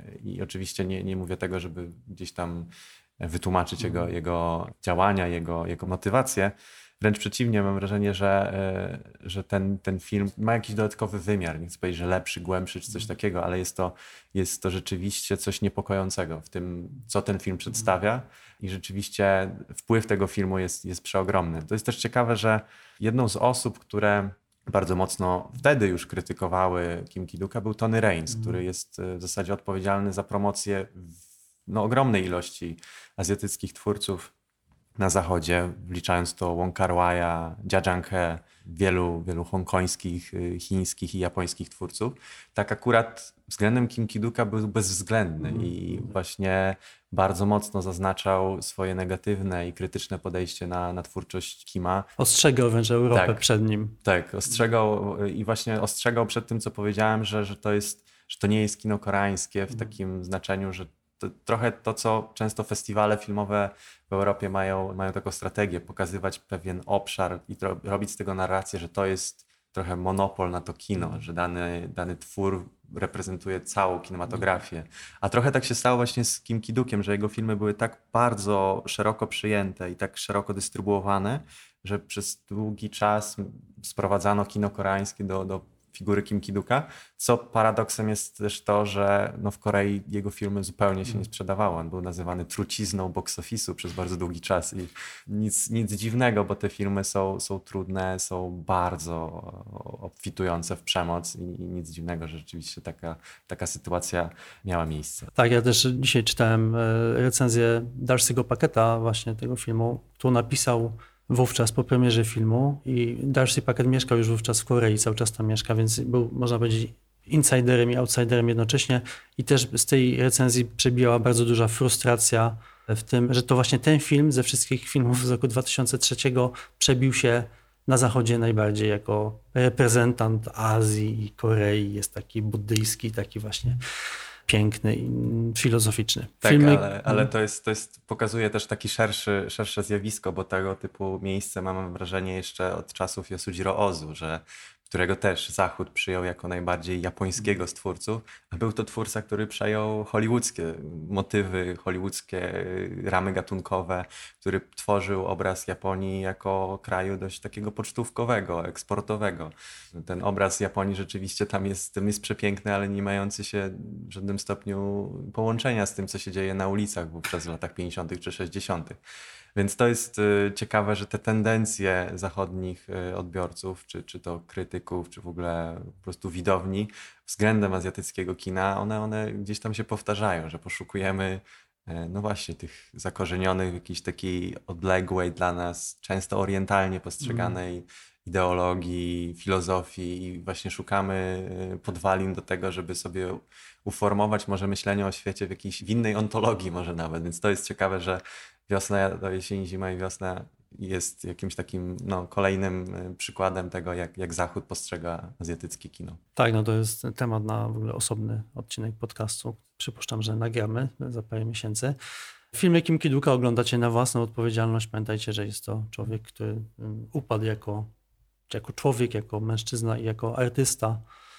i oczywiście nie, nie mówię tego, żeby gdzieś tam wytłumaczyć jego, jego działania, jego, jego motywacje. Wręcz przeciwnie, mam wrażenie, że, że ten, ten film ma jakiś dodatkowy wymiar. Nie chcę powiedzieć, że lepszy, głębszy czy coś takiego, ale jest to, jest to rzeczywiście coś niepokojącego w tym, co ten film przedstawia i rzeczywiście wpływ tego filmu jest, jest przeogromny. To jest też ciekawe, że jedną z osób, które bardzo mocno wtedy już krytykowały Kim Ki-duka był Tony Raines, mm. który jest w zasadzie odpowiedzialny za promocję no, ogromnej ilości azjatyckich twórców na zachodzie, wliczając to Wong Kar-wai'a, Jia Zhanghe, wielu, wielu hongkońskich, chińskich i japońskich twórców. Tak akurat względem Kim Ki-duka był bezwzględny mm. i właśnie bardzo mocno zaznaczał swoje negatywne i krytyczne podejście na, na twórczość Kima. Ostrzegał wręcz Europę tak, przed nim. Tak, ostrzegał i właśnie ostrzegał przed tym, co powiedziałem, że, że, to, jest, że to nie jest kino koreańskie w takim znaczeniu, że to, trochę to, co często festiwale filmowe w Europie mają, mają taką strategię, pokazywać pewien obszar i to, robić z tego narrację, że to jest trochę monopol na to kino, że dany, dany twór reprezentuje całą kinematografię. A trochę tak się stało właśnie z Kim Ki-dukiem, że jego filmy były tak bardzo szeroko przyjęte i tak szeroko dystrybuowane, że przez długi czas sprowadzano kino koreańskie do, do figury Kim Ki-duka, co paradoksem jest też to, że no w Korei jego filmy zupełnie się nie sprzedawały. On był nazywany trucizną box office'u przez bardzo długi czas i nic, nic dziwnego, bo te filmy są, są trudne, są bardzo obfitujące w przemoc i, i nic dziwnego, że rzeczywiście taka, taka sytuacja miała miejsce. Tak, ja też dzisiaj czytałem recenzję Darcy'ego Packeta właśnie tego filmu, którą napisał wówczas po premierze filmu i Darcy Packet mieszkał już wówczas w Korei, cały czas tam mieszka, więc był, można powiedzieć, insiderem i outsiderem jednocześnie i też z tej recenzji przebijała bardzo duża frustracja w tym, że to właśnie ten film ze wszystkich filmów z roku dwa tysiące trzeciego przebił się na zachodzie najbardziej jako reprezentant Azji i Korei, jest taki buddyjski, taki właśnie piękny i filozoficzny. Tak, Filmy... ale, ale to, jest, to jest, pokazuje też taki szerszy, szersze zjawisko, bo tego typu miejsce mam wrażenie jeszcze od czasów Yasujiro Ozu, że którego też Zachód przyjął jako najbardziej japońskiego z twórców, a był to twórca, który przejął hollywoodzkie motywy, hollywoodzkie ramy gatunkowe, który tworzył obraz Japonii jako kraju dość takiego pocztówkowego, eksportowego. Ten obraz Japonii rzeczywiście tam jest, tam jest przepiękny, ale nie mający się w żadnym stopniu połączenia z tym, co się dzieje na ulicach wówczas w latach pięćdziesiątych czy sześćdziesiątych. Więc to jest ciekawe, że te tendencje zachodnich odbiorców, czy, czy to krytyków, czy w ogóle po prostu widowni względem azjatyckiego kina, one, one gdzieś tam się powtarzają, że poszukujemy no właśnie tych zakorzenionych w jakiejś takiej odległej dla nas, często orientalnie postrzeganej mm. ideologii, filozofii i właśnie szukamy podwalin do tego, żeby sobie uformować może myślenie o świecie w jakiejś w innej ontologii może nawet. Więc to jest ciekawe, że wiosna do jesieni, zima i wiosna jest jakimś takim no, kolejnym przykładem tego, jak, jak Zachód postrzega azjatyckie kino. Tak, no to jest temat na w ogóle osobny odcinek podcastu. Przypuszczam, że nagramy za parę miesięcy. Filmy Kim Ki-duka oglądacie na własną odpowiedzialność. Pamiętajcie, że jest to człowiek, który upadł jako, jako człowiek, jako mężczyzna i jako artysta.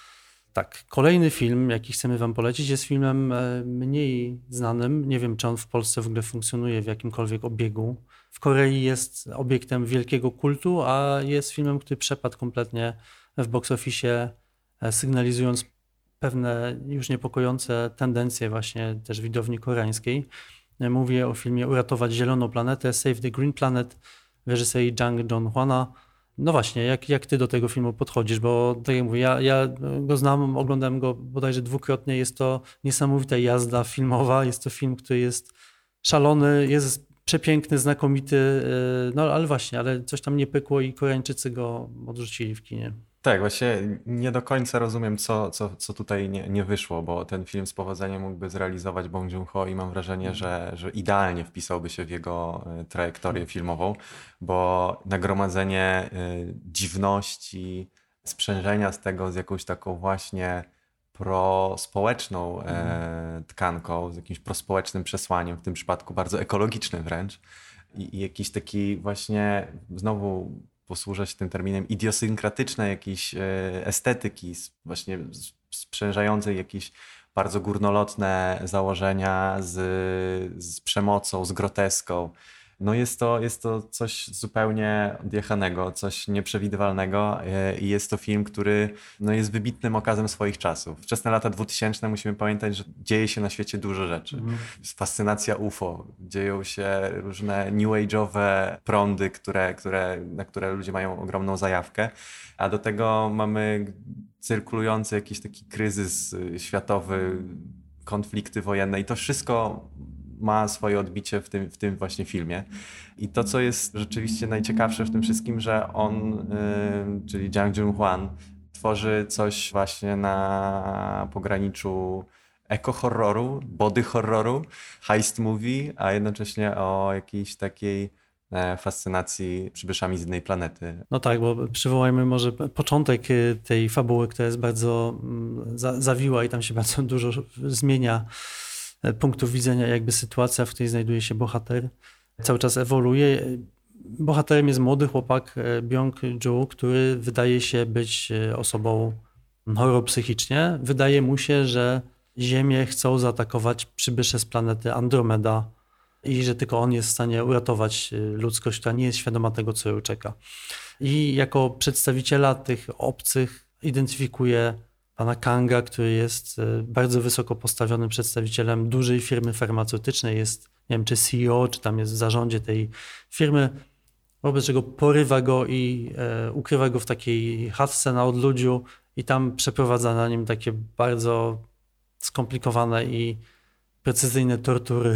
Tak, kolejny film, jaki chcemy wam polecić, jest filmem mniej znanym. Nie wiem, czy on w Polsce w ogóle funkcjonuje w jakimkolwiek obiegu. W Korei jest obiektem wielkiego kultu, a jest filmem, który przepadł kompletnie w box office, sygnalizując pewne już niepokojące tendencje właśnie też widowni koreańskiej. Mówię o filmie Uratować Zieloną Planetę, Save the Green Planet w reżyserii Jang Dong-hwana. No właśnie, jak, jak ty do tego filmu podchodzisz, bo tak jak mówię, ja, ja go znam, oglądałem go bodajże dwukrotnie, jest to niesamowita jazda filmowa, jest to film, który jest szalony, jest przepiękny, znakomity, no ale właśnie, ale coś tam nie pykło i Koreańczycy go odrzucili w kinie. Tak, właśnie nie do końca rozumiem, co, co, co tutaj nie, nie wyszło, bo ten film z powodzeniem mógłby zrealizować Bong Joon-ho i mam wrażenie, że, że idealnie wpisałby się w jego e, trajektorię filmową, bo nagromadzenie e, dziwności, sprzężenia z tego z jakąś taką właśnie prospołeczną e, tkanką, z jakimś prospołecznym przesłaniem, w tym przypadku bardzo ekologicznym wręcz i, i jakiś taki właśnie znowu posłużę się tym terminem, idiosynkratycznej jakiejś e, estetyki, s- właśnie s- sprzężającej jakieś bardzo górnolotne założenia z, z przemocą, z groteską. No jest to, jest to coś zupełnie odjechanego, coś nieprzewidywalnego e, i jest to film, który no jest wybitnym okazem swoich czasów. Wczesne lata dwutysięczne musimy pamiętać, że dzieje się na świecie dużo rzeczy. Mhm. Jest fascynacja U F O, dzieją się różne new age'owe prądy, które, które, na które ludzie mają ogromną zajawkę, a do tego mamy cyrkulujący jakiś taki kryzys y, światowy, konflikty wojenne i to wszystko ma swoje odbicie w tym, w tym właśnie filmie. I to, co jest rzeczywiście najciekawsze w tym wszystkim, że on, y, czyli Jang Joon-hwan, tworzy coś właśnie na pograniczu eko-horroru, body horroru, heist movie, a jednocześnie o jakiejś takiej e, fascynacji przybyszami z innej planety. No tak, bo przywołajmy może początek y, tej fabuły, która jest bardzo mm, za, zawiła i tam się bardzo dużo zmienia e, punktów widzenia, jakby sytuacja, w której znajduje się bohater, cały czas ewoluuje. Bohaterem jest młody chłopak e, Byung-ju, który wydaje się być e, osobą chorą psychicznie. Wydaje mu się, że Ziemię chcą zaatakować przybysze z planety Andromeda i że tylko on jest w stanie uratować e, ludzkość, która nie jest świadoma tego, co ją czeka. I jako przedstawiciela tych obcych identyfikuje pana Kanga, który jest e, bardzo wysoko postawionym przedstawicielem dużej firmy farmaceutycznej, jest, nie wiem, czy C E O, czy tam jest w zarządzie tej firmy, wobec czego porywa go i e, ukrywa go w takiej chatce na odludziu i tam przeprowadza na nim takie bardzo skomplikowane i precyzyjne tortury.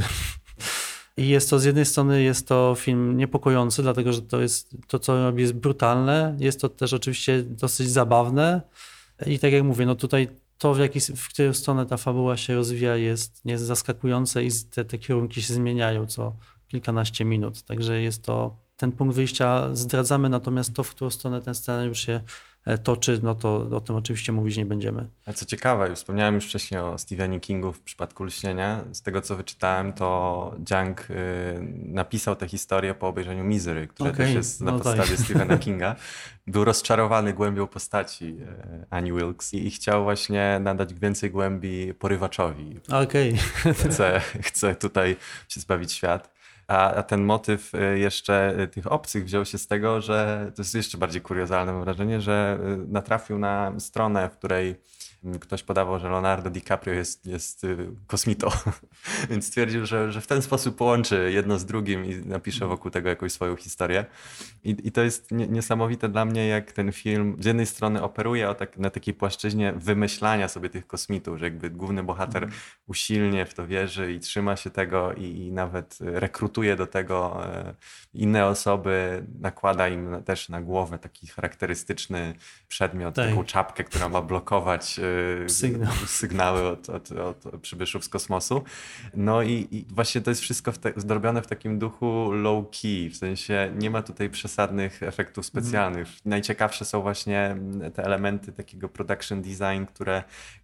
I jest to z jednej strony jest to film niepokojący, dlatego że to jest to, co robi, jest brutalne. Jest to też oczywiście dosyć zabawne. I tak jak mówię, no tutaj to, w, jaki, w którą stronę ta fabuła się rozwija, jest, jest zaskakujące i te, te kierunki się zmieniają co kilkanaście minut. Także jest to ten punkt wyjścia zdradzamy, natomiast to, w którą stronę ten scenariusz się e, toczy, no to o tym oczywiście mówić nie będziemy. A co ciekawe, już wspomniałem już wcześniej o Stephenie Kingu w przypadku Lśnienia. Z tego, co wyczytałem, to Jang y, napisał tę historię po obejrzeniu Misery, które Okej, też jest na no podstawie tak. Stephena Kinga. Był rozczarowany głębią postaci y, Annie Wilkes i, i chciał właśnie nadać więcej głębi porywaczowi. Okej. Chce, chce tutaj się zbawić świat. A, a ten motyw y, jeszcze y, tych obcych wziął się z tego, że to jest jeszcze bardziej kuriozalne, mam wrażenie, że y, natrafił na stronę, w której y, ktoś podawał, że Leonardo DiCaprio jest, jest y, kosmitą. Więc stwierdził, że, że w ten sposób połączy jedno z drugim i napisze wokół tego jakąś swoją historię. I, i to jest nie, niesamowite dla mnie, jak ten film z jednej strony operuje o tak, na takiej płaszczyźnie wymyślania sobie tych kosmitów, że jakby główny bohater usilnie w to wierzy i trzyma się tego i, i nawet rekrutuje do tego e, inne osoby, nakłada im też na głowę taki charakterystyczny przedmiot, Tak. taką czapkę, która ma blokować e, Sygnał. sygnały od, od, od przybyszów z kosmosu. No i, i właśnie to jest wszystko w te, zrobione w takim duchu low key, w sensie nie ma tutaj przesadnych efektów specjalnych. Mm. Najciekawsze są właśnie te elementy takiego production design, które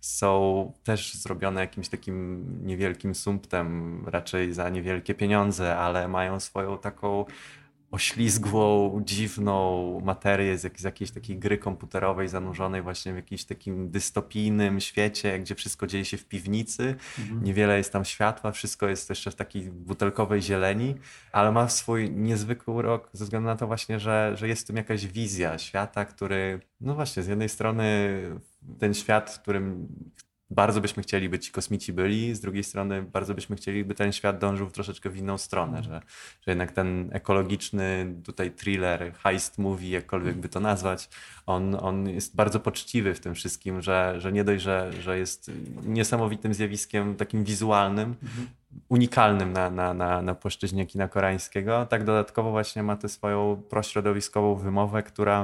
są też zrobione jakimś takim niewielkim sumptem, raczej za niewielkie pieniądze, ale mają swoją taką oślizgłą, dziwną materię z, jak, z jakiejś takiej gry komputerowej zanurzonej właśnie w jakimś takim dystopijnym świecie, gdzie wszystko dzieje się w piwnicy, mhm. niewiele jest tam światła, wszystko jest jeszcze w takiej butelkowej zieleni, ale ma swój niezwykły urok ze względu na to właśnie, że, że jest w tym jakaś wizja świata, który, no właśnie, z jednej strony ten świat, w którym bardzo byśmy chcieli, by ci kosmici byli, z drugiej strony bardzo byśmy chcieli, by ten świat dążył w troszeczkę w inną stronę, że, że jednak ten ekologiczny tutaj thriller, heist movie, jakkolwiek by to nazwać, on, on jest bardzo poczciwy w tym wszystkim, że, że nie dość, że, że jest niesamowitym zjawiskiem takim wizualnym, mhm. unikalnym na, na, na, na płaszczyźnie kina koreańskiego, tak dodatkowo właśnie ma tę swoją prośrodowiskową wymowę, która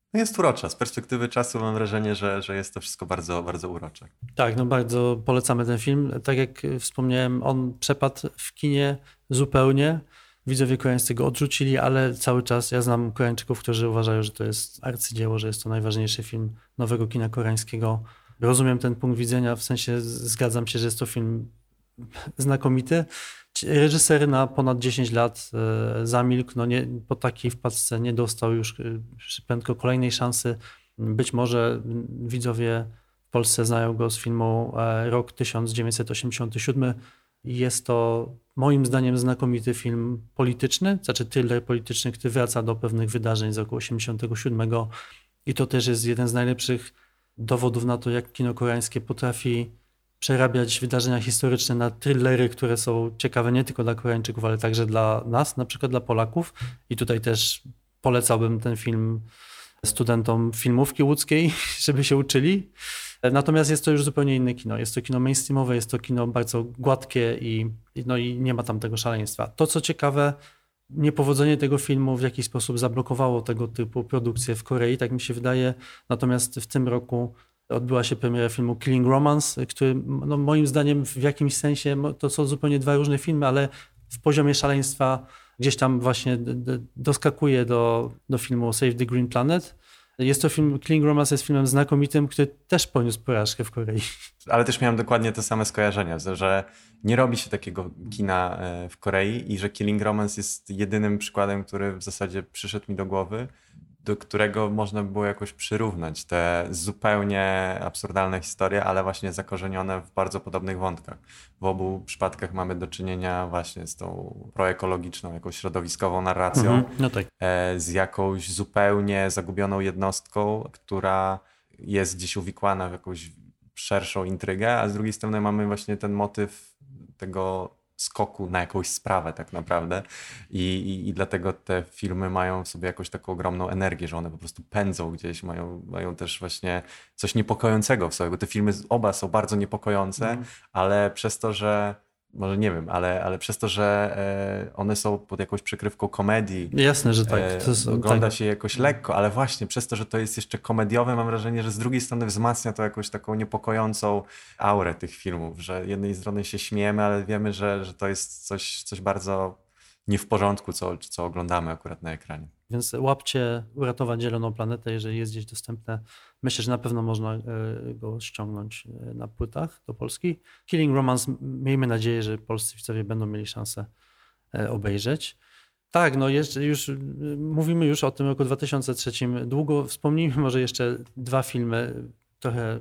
No jest urocza. Z perspektywy czasu mam wrażenie, że, że jest to wszystko bardzo, bardzo urocze. Tak, no bardzo polecamy ten film. Tak jak wspomniałem, on przepadł w kinie zupełnie. Widzowie koreańscy go odrzucili, ale cały czas ja znam Koreańczyków, którzy uważają, że to jest arcydzieło, że jest to najważniejszy film nowego kina koreańskiego. Rozumiem ten punkt widzenia, w sensie zgadzam się, że jest to film znakomity. Reżyser na ponad dziesięć lat e, zamilkł, no nie, po takiej wpadce nie dostał już e, prędko kolejnej szansy. Być może widzowie w Polsce znają go z filmu e, Rok tysiąc dziewięćset osiemdziesiąty siódmy. Jest to moim zdaniem znakomity film polityczny, znaczy thriller polityczny, który wraca do pewnych wydarzeń z roku osiemdziesiątego siódmego i to też jest jeden z najlepszych dowodów na to, jak kino koreańskie potrafi przerabiać wydarzenia historyczne na thrillery, które są ciekawe nie tylko dla Koreańczyków, ale także dla nas, na przykład dla Polaków. I tutaj też polecałbym ten film studentom filmówki łódzkiej, żeby się uczyli. Natomiast jest to już zupełnie inne kino. Jest to kino mainstreamowe, jest to kino bardzo gładkie i, no i nie ma tam tego szaleństwa. To, co ciekawe, niepowodzenie tego filmu w jakiś sposób zablokowało tego typu produkcje w Korei, tak mi się wydaje. Natomiast w tym roku odbyła się premiera filmu Killing Romance, który no, moim zdaniem w jakimś sensie, to są zupełnie dwa różne filmy, ale w poziomie szaleństwa gdzieś tam właśnie d- d- doskakuje do, do filmu Save the Green Planet. Jest to film, Killing Romance jest filmem znakomitym, który też poniósł porażkę w Korei. Ale też miałem dokładnie te same skojarzenia, że nie robi się takiego kina w Korei i że Killing Romance jest jedynym przykładem, który w zasadzie przyszedł mi do głowy, do którego można by było jakoś przyrównać te zupełnie absurdalne historie, ale właśnie zakorzenione w bardzo podobnych wątkach. W obu przypadkach mamy do czynienia właśnie z tą proekologiczną, jakąś środowiskową narracją, Mhm, no tak. z jakąś zupełnie zagubioną jednostką, która jest gdzieś uwikłana w jakąś szerszą intrygę, a z drugiej strony mamy właśnie ten motyw tego skoku na jakąś sprawę tak naprawdę I, i, i dlatego te filmy mają w sobie jakąś taką ogromną energię, że one po prostu pędzą gdzieś, mają, mają też właśnie coś niepokojącego w sobie, bo te filmy oba są bardzo niepokojące, mm. ale przez to, że może nie wiem, ale, ale przez to, że e, one są pod jakąś przykrywką komedii. Jasne, że tak. E, To jest, ogląda tak. się jakoś lekko, ale właśnie przez to, że to jest jeszcze komediowe, mam wrażenie, że z drugiej strony wzmacnia to jakąś taką niepokojącą aurę tych filmów, że z jednej strony się śmiejemy, ale wiemy, że, że to jest coś, coś bardzo nie w porządku, co, co oglądamy akurat na ekranie. Więc łapcie Uratować Zieloną Planetę, jeżeli jest gdzieś dostępne. Myślę, że na pewno można go ściągnąć na płytach do Polski. Killing Romance, miejmy nadzieję, że polscy widzowie będą mieli szansę obejrzeć. Tak, no jeszcze już mówimy już o tym roku dwa tysiące trzecim. Długo wspomnijmy może jeszcze dwa filmy. Trochę,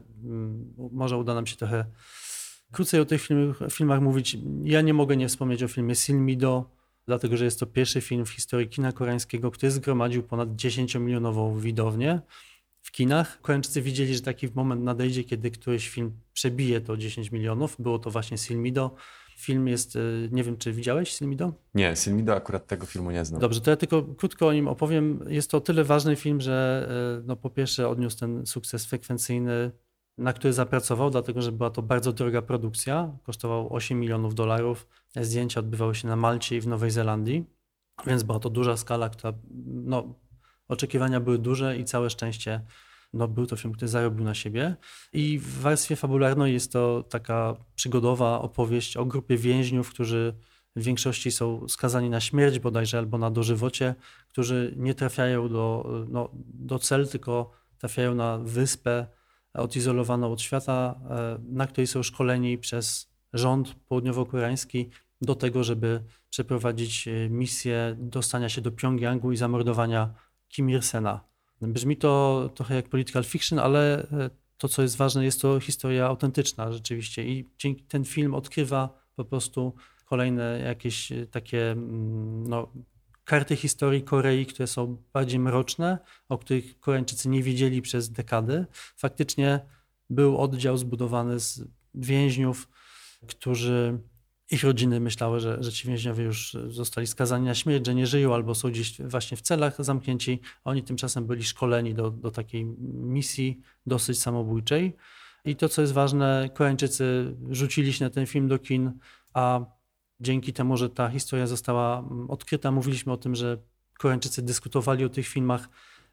może uda nam się trochę krócej o tych filmach, filmach mówić. Ja nie mogę nie wspomnieć o filmie Silmido, dlatego że jest to pierwszy film w historii kina koreańskiego, który zgromadził ponad dziesięciomilionową widownię w kinach. Koreańczycy widzieli, że taki moment nadejdzie, kiedy któryś film przebije to dziesięć milionów. Było to właśnie Silmido. Film jest, nie wiem, czy widziałeś Silmido? Nie, Silmido akurat tego filmu nie znam. Dobrze, to ja tylko krótko o nim opowiem. Jest to o tyle ważny film, że no, po pierwsze odniósł ten sukces frekwencyjny, na który zapracował, dlatego że była to bardzo droga produkcja. Kosztował osiem milionów dolarów. Zdjęcia odbywały się na Malcie i w Nowej Zelandii, więc była to duża skala, która, no, oczekiwania były duże i całe szczęście no, był to film, który zarobił na siebie. I w warstwie fabularnej jest to taka przygodowa opowieść o grupie więźniów, którzy w większości są skazani na śmierć bodajże albo na dożywocie, którzy nie trafiają do, no, do cel, tylko trafiają na wyspę odizolowaną od świata, na której są szkoleni przez rząd południowo-koreański do tego, żeby przeprowadzić misję dostania się do Pjongjangu i zamordowania Kim Il-sena. Brzmi to trochę jak political fiction, ale to, co jest ważne, jest to historia autentyczna rzeczywiście i dzięki ten film odkrywa po prostu kolejne jakieś takie no, karty historii Korei, które są bardziej mroczne, o których Koreańczycy nie wiedzieli przez dekady. Faktycznie był oddział zbudowany z więźniów, którzy, ich rodziny myślały, że, że ci więźniowie już zostali skazani na śmierć, że nie żyją albo są gdzieś właśnie w celach zamknięci. Oni tymczasem byli szkoleni do, do takiej misji dosyć samobójczej. I to, co jest ważne, Koreańczycy rzucili się na ten film do kin, a dzięki temu, że ta historia została odkryta, mówiliśmy o tym, że Koreańczycy dyskutowali o tych filmach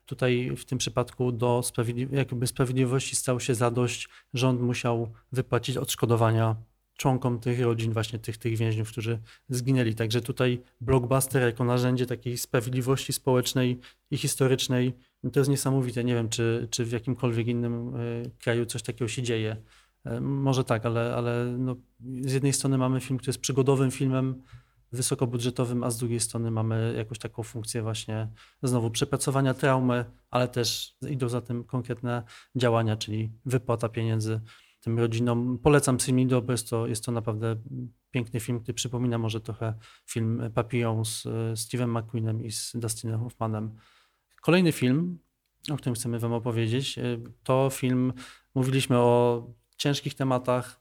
Tutaj w tym przypadku do sprawiedli- jakby sprawiedliwości stało się zadość. Rząd musiał wypłacić odszkodowania członkom tych rodzin, właśnie tych, tych więźniów, którzy zginęli. Także tutaj blockbuster jako narzędzie takiej sprawiedliwości społecznej i historycznej, no to jest niesamowite. Nie wiem, czy, czy w jakimkolwiek innym y, kraju coś takiego się dzieje. Y, może tak, ale, ale no, z jednej strony mamy film, który jest przygodowym filmem, wysokobudżetowym, a z drugiej strony mamy jakąś taką funkcję właśnie znowu przepracowania traumy, ale też idą za tym konkretne działania, czyli wypłata pieniędzy tym rodzinom. Polecam Simido, bo jest to, jest to naprawdę piękny film, który przypomina może trochę film Papillon z Steve'em McQueenem i z Dustinem Hoffmanem. Kolejny film, o którym chcemy wam opowiedzieć, to film, mówiliśmy o ciężkich tematach,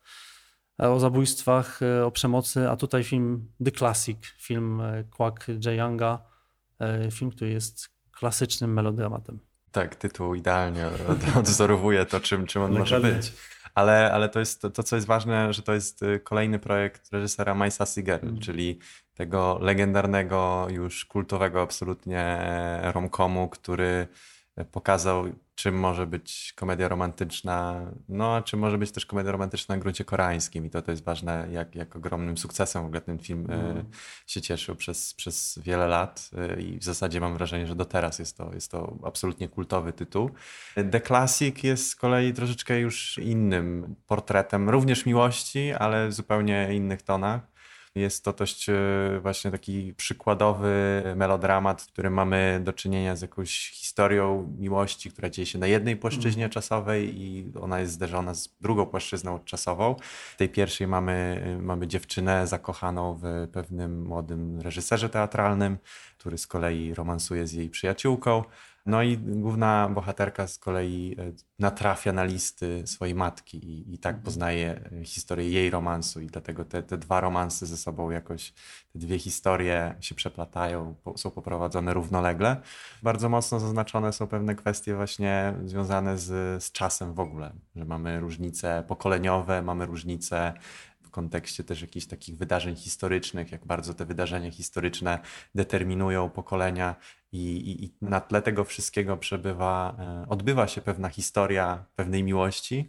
o zabójstwach, o przemocy, a tutaj film The Classic, film Kwak Jae-younga, film, który jest klasycznym melodramatem. Tak, tytuł idealnie od- odwzorowuje to, czym, czym on może być. Ale, ale to jest to, to, co jest ważne, że to jest kolejny projekt reżysera Maisa Sigera, mm. czyli tego legendarnego, już kultowego absolutnie romcomu, który pokazał, czym może być komedia romantyczna, no a czym może być też komedia romantyczna na gruncie koreańskim. I to, to jest ważne, jak, jak ogromnym sukcesem w ogóle ten film mm. y, się cieszył przez, przez wiele lat y, i w zasadzie mam wrażenie, że do teraz jest to, jest to absolutnie kultowy tytuł. The Classic jest z kolei troszeczkę już innym portretem, również miłości, ale w zupełnie innych tonach. Jest to dość właśnie taki przykładowy melodramat, w którym mamy do czynienia z jakąś historią miłości, która dzieje się na jednej płaszczyźnie czasowej i ona jest zderzona z drugą płaszczyzną czasową. W tej pierwszej mamy, mamy dziewczynę zakochaną w pewnym młodym reżyserze teatralnym, który z kolei romansuje z jej przyjaciółką. No i główna bohaterka z kolei natrafia na listy swojej matki i, i tak poznaje historię jej romansu i dlatego te, te dwa romanse ze sobą jakoś, te dwie historie się przeplatają, po, są poprowadzone równolegle. Bardzo mocno zaznaczone są pewne kwestie właśnie związane z, z czasem w ogóle, że mamy różnice pokoleniowe, mamy różnice w kontekście też jakichś takich wydarzeń historycznych, jak bardzo te wydarzenia historyczne determinują pokolenia i, i, i na tle tego wszystkiego przebywa, odbywa się pewna historia pewnej miłości,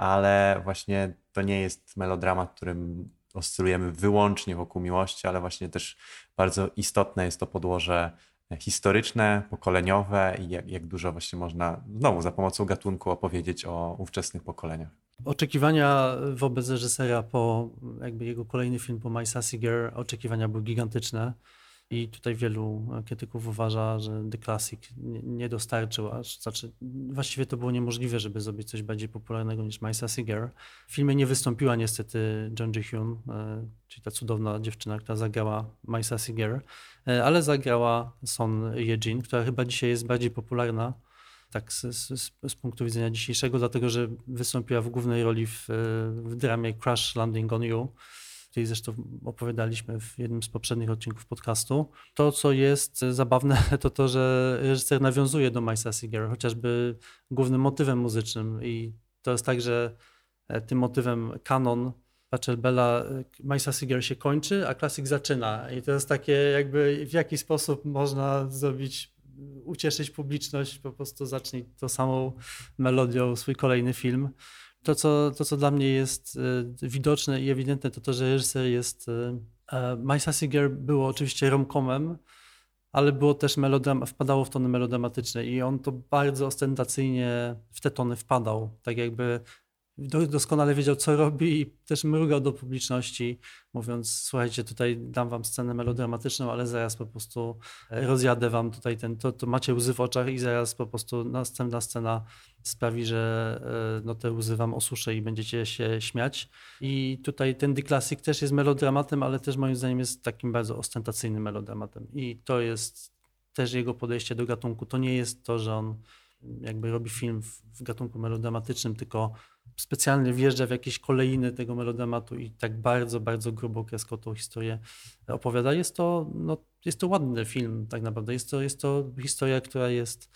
ale właśnie to nie jest melodramat, w którym oscylujemy wyłącznie wokół miłości, ale właśnie też bardzo istotne jest to podłoże historyczne, pokoleniowe i jak, jak dużo właśnie można znowu za pomocą gatunku opowiedzieć o ówczesnych pokoleniach. Oczekiwania wobec reżysera po jakby jego kolejny film po Maisa Sigera, oczekiwania były gigantyczne i tutaj wielu krytyków uważa, że The Classic nie, nie dostarczył, aż znaczy właściwie to było niemożliwe, żeby zrobić coś bardziej popularnego niż Maisa Sigera. W filmie nie wystąpiła niestety Jung Ji-hyun, czyli ta cudowna dziewczyna, która zagrała Maisa Sigera, ale zagrała Son Ye-jin, która chyba dzisiaj jest bardziej popularna tak z, z, z punktu widzenia dzisiejszego, dlatego że wystąpiła w głównej roli w, w dramie Crash Landing on You, której zresztą opowiadaliśmy w jednym z poprzednich odcinków podcastu. To, co jest zabawne, to to, że reżyser nawiązuje do Maisa Sigera, chociażby głównym motywem muzycznym i to jest tak, że tym motywem kanon Pachelbela Maisa Sigera się kończy, a klasyk zaczyna i to jest takie jakby w jaki sposób można zrobić ucieszyć publiczność, po prostu zacznij tą samą melodią swój kolejny film. To co, to, co dla mnie jest widoczne i ewidentne, to to, że reżyser jest... Maisa Sigera było oczywiście romcomem, ale było też melodram, wpadało w tony melodramatyczne i on to bardzo ostentacyjnie w te tony wpadał, tak jakby doskonale wiedział, co robi i też mrugał do publiczności, mówiąc, słuchajcie, tutaj dam wam scenę melodramatyczną, ale zaraz po prostu rozjadę wam tutaj ten, to, to macie łzy w oczach i zaraz po prostu następna scena sprawi, że no, te łzy wam osuszę i będziecie się śmiać. I tutaj ten The Classic też jest melodramatem, ale też moim zdaniem jest takim bardzo ostentacyjnym melodramatem. I to jest też jego podejście do gatunku. To nie jest to, że on jakby robi film w, w gatunku melodramatycznym, tylko specjalnie wjeżdża w jakieś kolejny tego melodramatu i tak bardzo, bardzo grubą kreską tą historię opowiada. Jest to, no, jest to ładny film tak naprawdę. Jest to, jest to historia, która jest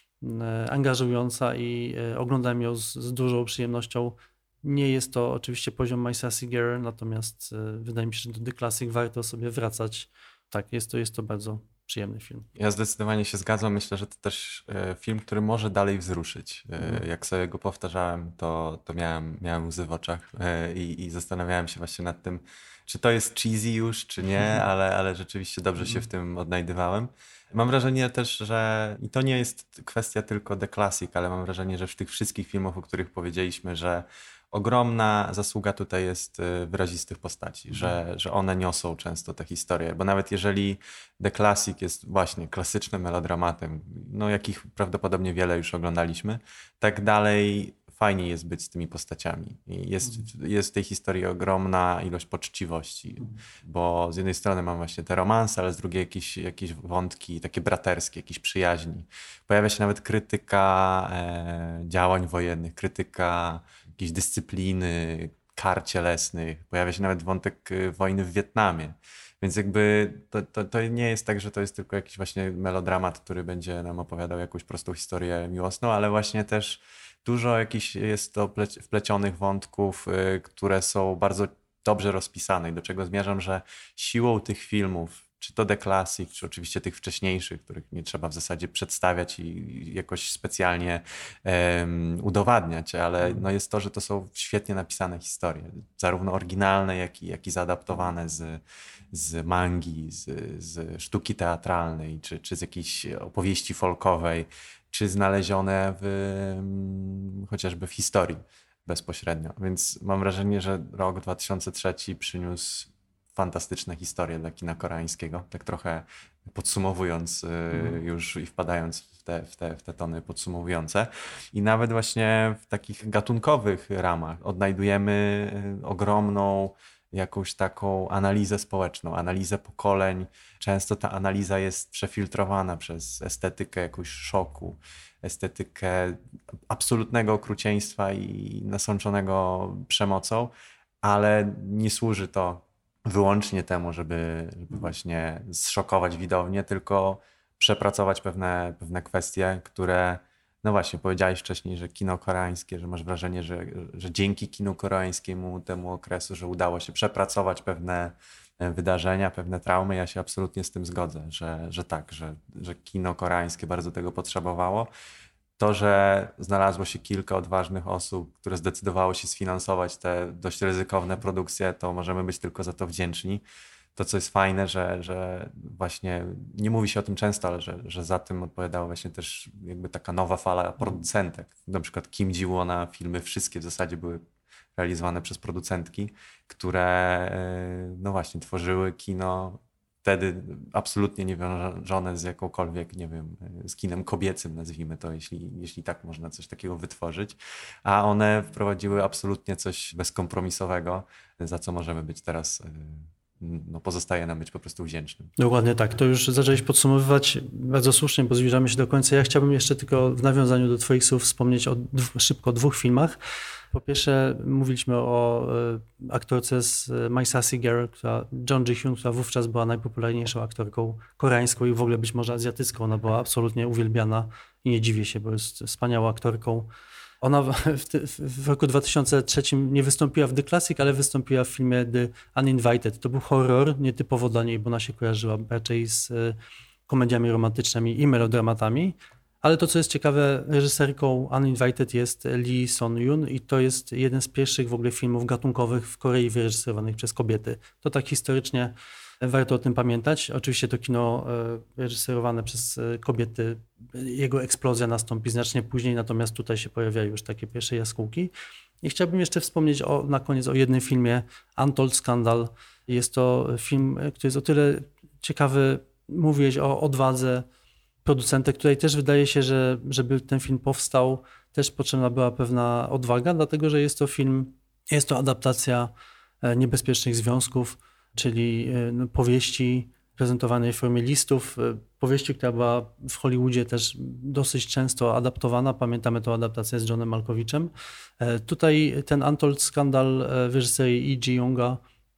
angażująca i oglądam ją z, z dużą przyjemnością. Nie jest to oczywiście poziom Maisa Sigera, natomiast wydaje mi się, że do The Classic warto sobie wracać. Tak, jest to, jest to bardzo przyjemny film. Ja zdecydowanie się zgadzam. Myślę, że to też e, film, który może dalej wzruszyć. E, Mhm. Jak sobie go powtarzałem, to, to miałem, miałem łzy w oczach e, i, i zastanawiałem się właśnie nad tym, czy to jest cheesy już, czy nie, ale, ale rzeczywiście dobrze się w tym odnajdywałem. Mam wrażenie też, że i to nie jest kwestia tylko The Classic, ale mam wrażenie, że w tych wszystkich filmach, o których powiedzieliśmy, że ogromna zasługa tutaj jest y, wyrazistych postaci, że, że one niosą często tę historię, bo nawet jeżeli The Classic jest właśnie klasycznym melodramatem, no jakich prawdopodobnie wiele już oglądaliśmy, tak dalej fajnie jest być z tymi postaciami. I jest, jest w tej historii ogromna ilość poczciwości, bo z jednej strony mam właśnie te romanse, ale z drugiej jakieś, jakieś wątki takie braterskie, jakieś przyjaźni. Pojawia się nawet krytyka e, działań wojennych, krytyka jakiejś dyscypliny, kar cielesnych. Pojawia się nawet wątek y, wojny w Wietnamie. Więc jakby to, to, to nie jest tak, że to jest tylko jakiś właśnie melodramat, który będzie nam opowiadał jakąś prostą historię miłosną, ale właśnie też dużo jakichś jest to pleci- wplecionych wątków, y, które są bardzo dobrze rozpisane i do czego zmierzam, że siłą tych filmów, czy to The Classic, czy oczywiście tych wcześniejszych, których nie trzeba w zasadzie przedstawiać i jakoś specjalnie um, udowadniać, ale no jest to, że to są świetnie napisane historie, zarówno oryginalne, jak i, jak i zaadaptowane z, z mangi, z, z sztuki teatralnej, czy, czy z jakiejś opowieści folkowej, czy znalezione w, um, chociażby w historii bezpośrednio. Więc mam wrażenie, że rok dwa tysiące trzeci przyniósł fantastyczne historie dla kina koreańskiego, tak trochę podsumowując mm. już i wpadając w te, w, te, w te tony podsumowujące. I nawet właśnie w takich gatunkowych ramach odnajdujemy ogromną jakąś taką analizę społeczną, analizę pokoleń. Często ta analiza jest przefiltrowana przez estetykę jakiegoś szoku, estetykę absolutnego okrucieństwa i nasączonego przemocą, ale nie służy to wyłącznie temu, żeby, żeby właśnie zszokować widownię, tylko przepracować pewne, pewne kwestie, które, no właśnie, powiedziałeś wcześniej, że kino koreańskie, że masz wrażenie, że, że dzięki kinu koreańskiemu, temu okresu, że udało się przepracować pewne wydarzenia, pewne traumy. Ja się absolutnie z tym zgodzę, że, że tak, że, że kino koreańskie bardzo tego potrzebowało. To, że znalazło się kilka odważnych osób, które zdecydowało się sfinansować te dość ryzykowne produkcje, to możemy być tylko za to wdzięczni. To, co jest fajne, że, że właśnie nie mówi się o tym często, ale że, że za tym odpowiadała właśnie też jakby taka nowa fala producentek. Na przykład Kim Ji-wona filmy wszystkie w zasadzie były realizowane przez producentki, które no właśnie tworzyły kino wtedy absolutnie nie wiążone z jakąkolwiek, nie wiem, z kinem kobiecym, nazwijmy to, jeśli, jeśli tak można coś takiego wytworzyć. A one wprowadziły absolutnie coś bezkompromisowego, za co możemy być teraz, no pozostaje nam być po prostu wdzięcznym. Dokładnie tak. To już zacząłeś podsumowywać bardzo słusznie, bo zbliżamy się do końca. Ja chciałbym jeszcze tylko w nawiązaniu do twoich słów wspomnieć o, szybko o dwóch filmach. Po pierwsze mówiliśmy o aktorce z My Sassy Girl, która, Jung Ji-hyun, która wówczas była najpopularniejszą aktorką koreańską i w ogóle być może azjatycką. Ona była absolutnie uwielbiana i nie dziwię się, bo jest wspaniałą aktorką. Ona w, w, w roku dwa tysiące trzecim nie wystąpiła w The Classic, ale wystąpiła w filmie The Uninvited. To był horror, nietypowo dla niej, bo ona się kojarzyła raczej z komediami romantycznymi i melodramatami. Ale to, co jest ciekawe, reżyserką Uninvited jest Lee Son-yoon i to jest jeden z pierwszych w ogóle filmów gatunkowych w Korei wyreżyserowanych przez kobiety. To tak historycznie warto o tym pamiętać. Oczywiście to kino reżyserowane przez kobiety, jego eksplozja nastąpi znacznie później, natomiast tutaj się pojawiają już takie pierwsze jaskółki. I chciałbym jeszcze wspomnieć o, na koniec o jednym filmie, Untold Scandal. Jest to film, który jest o tyle ciekawy, mówiłeś o odwadze producentek. Tutaj też wydaje się, że żeby ten film powstał, też potrzebna była pewna odwaga, dlatego że jest to film, jest to adaptacja Niebezpiecznych Związków, czyli powieści prezentowanej w formie listów, powieści, która była w Hollywoodzie też dosyć często adaptowana. Pamiętamy tę adaptację z Johnem Malkoviczem. Tutaj ten Untold Scandal w reżyserii Lee Ji-yoonga,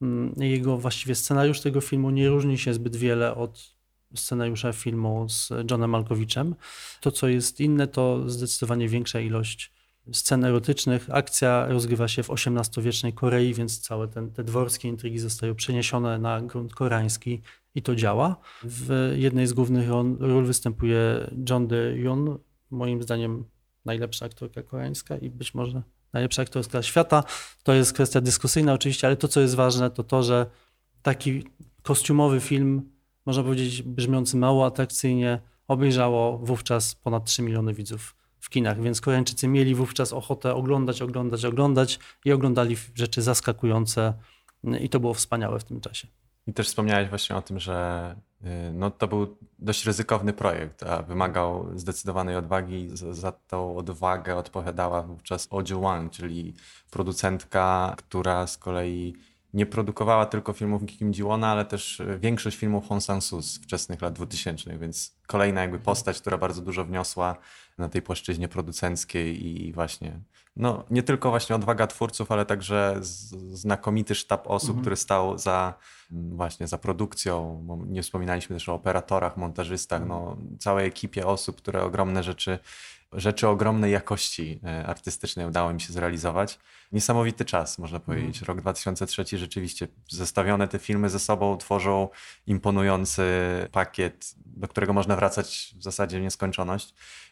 jego właściwie scenariusz tego filmu nie różni się zbyt wiele od scenariusza filmu z Johnem Malkoviczem. To, co jest inne, to zdecydowanie większa ilość scen erotycznych. Akcja rozgrywa się w osiemnastowiecznej Korei, więc całe ten, te dworskie intrygi zostają przeniesione na grunt koreański i to działa. W jednej z głównych ról, ról występuje Jeon De-yoon, moim zdaniem najlepsza aktorka koreańska i być może najlepsza aktorka świata. To jest kwestia dyskusyjna oczywiście, ale to, co jest ważne, to to, że taki kostiumowy film, można powiedzieć brzmiący mało atrakcyjnie, obejrzało wówczas ponad trzy miliony widzów w kinach, więc Koreańczycy mieli wówczas ochotę oglądać, oglądać, oglądać i oglądali rzeczy zaskakujące i to było wspaniałe w tym czasie. I też wspomniałeś właśnie o tym, że no, to był dość ryzykowny projekt, a wymagał zdecydowanej odwagi. Za, za tą odwagę odpowiadała wówczas Oh Jo-won, czyli producentka, która z kolei nie produkowała tylko filmów Kim Ji-wona, ale też większość filmów Hong Sang-soo z wczesnych lat dwutysięcznych, więc kolejna jakby postać, która bardzo dużo wniosła na tej płaszczyźnie producenckiej i właśnie, no nie tylko właśnie odwaga twórców, ale także znakomity sztab osób, mhm. który stał za właśnie za produkcją. Nie wspominaliśmy też o operatorach, montażystach, no całej ekipie osób, które ogromne rzeczy rzeczy ogromnej jakości artystycznej udało mi się zrealizować. Niesamowity czas, można powiedzieć. Rok dwa tysiące trzeci rzeczywiście zestawione te filmy ze sobą tworzą imponujący pakiet, do którego można wracać w zasadzie w nieskończoność.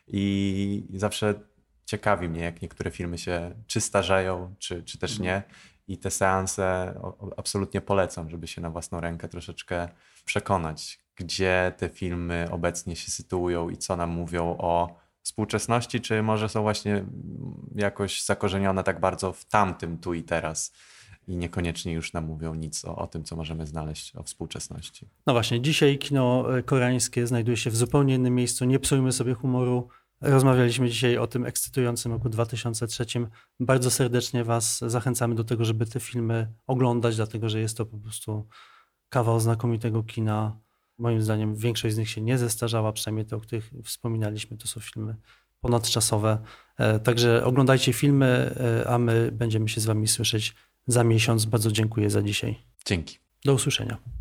I zawsze ciekawi mnie, jak niektóre filmy się czy starzeją, czy, czy też nie. I te seanse absolutnie polecam, żeby się na własną rękę troszeczkę przekonać, gdzie te filmy obecnie się sytuują i co nam mówią o współczesności, czy może są właśnie jakoś zakorzenione tak bardzo w tamtym tu i teraz i niekoniecznie już nam mówią nic o, o tym, co możemy znaleźć o współczesności. No właśnie, dzisiaj kino koreańskie znajduje się w zupełnie innym miejscu. Nie psujmy sobie humoru. Rozmawialiśmy dzisiaj o tym ekscytującym roku dwa tysiące trzecim. Bardzo serdecznie Was zachęcamy do tego, żeby te filmy oglądać, dlatego że jest to po prostu kawał znakomitego kina. Moim zdaniem większość z nich się nie zestarzała, przynajmniej te, o których wspominaliśmy, to są filmy ponadczasowe. Także oglądajcie filmy, a my będziemy się z Wami słyszeć za miesiąc. Bardzo dziękuję za dzisiaj. Dzięki. Do usłyszenia.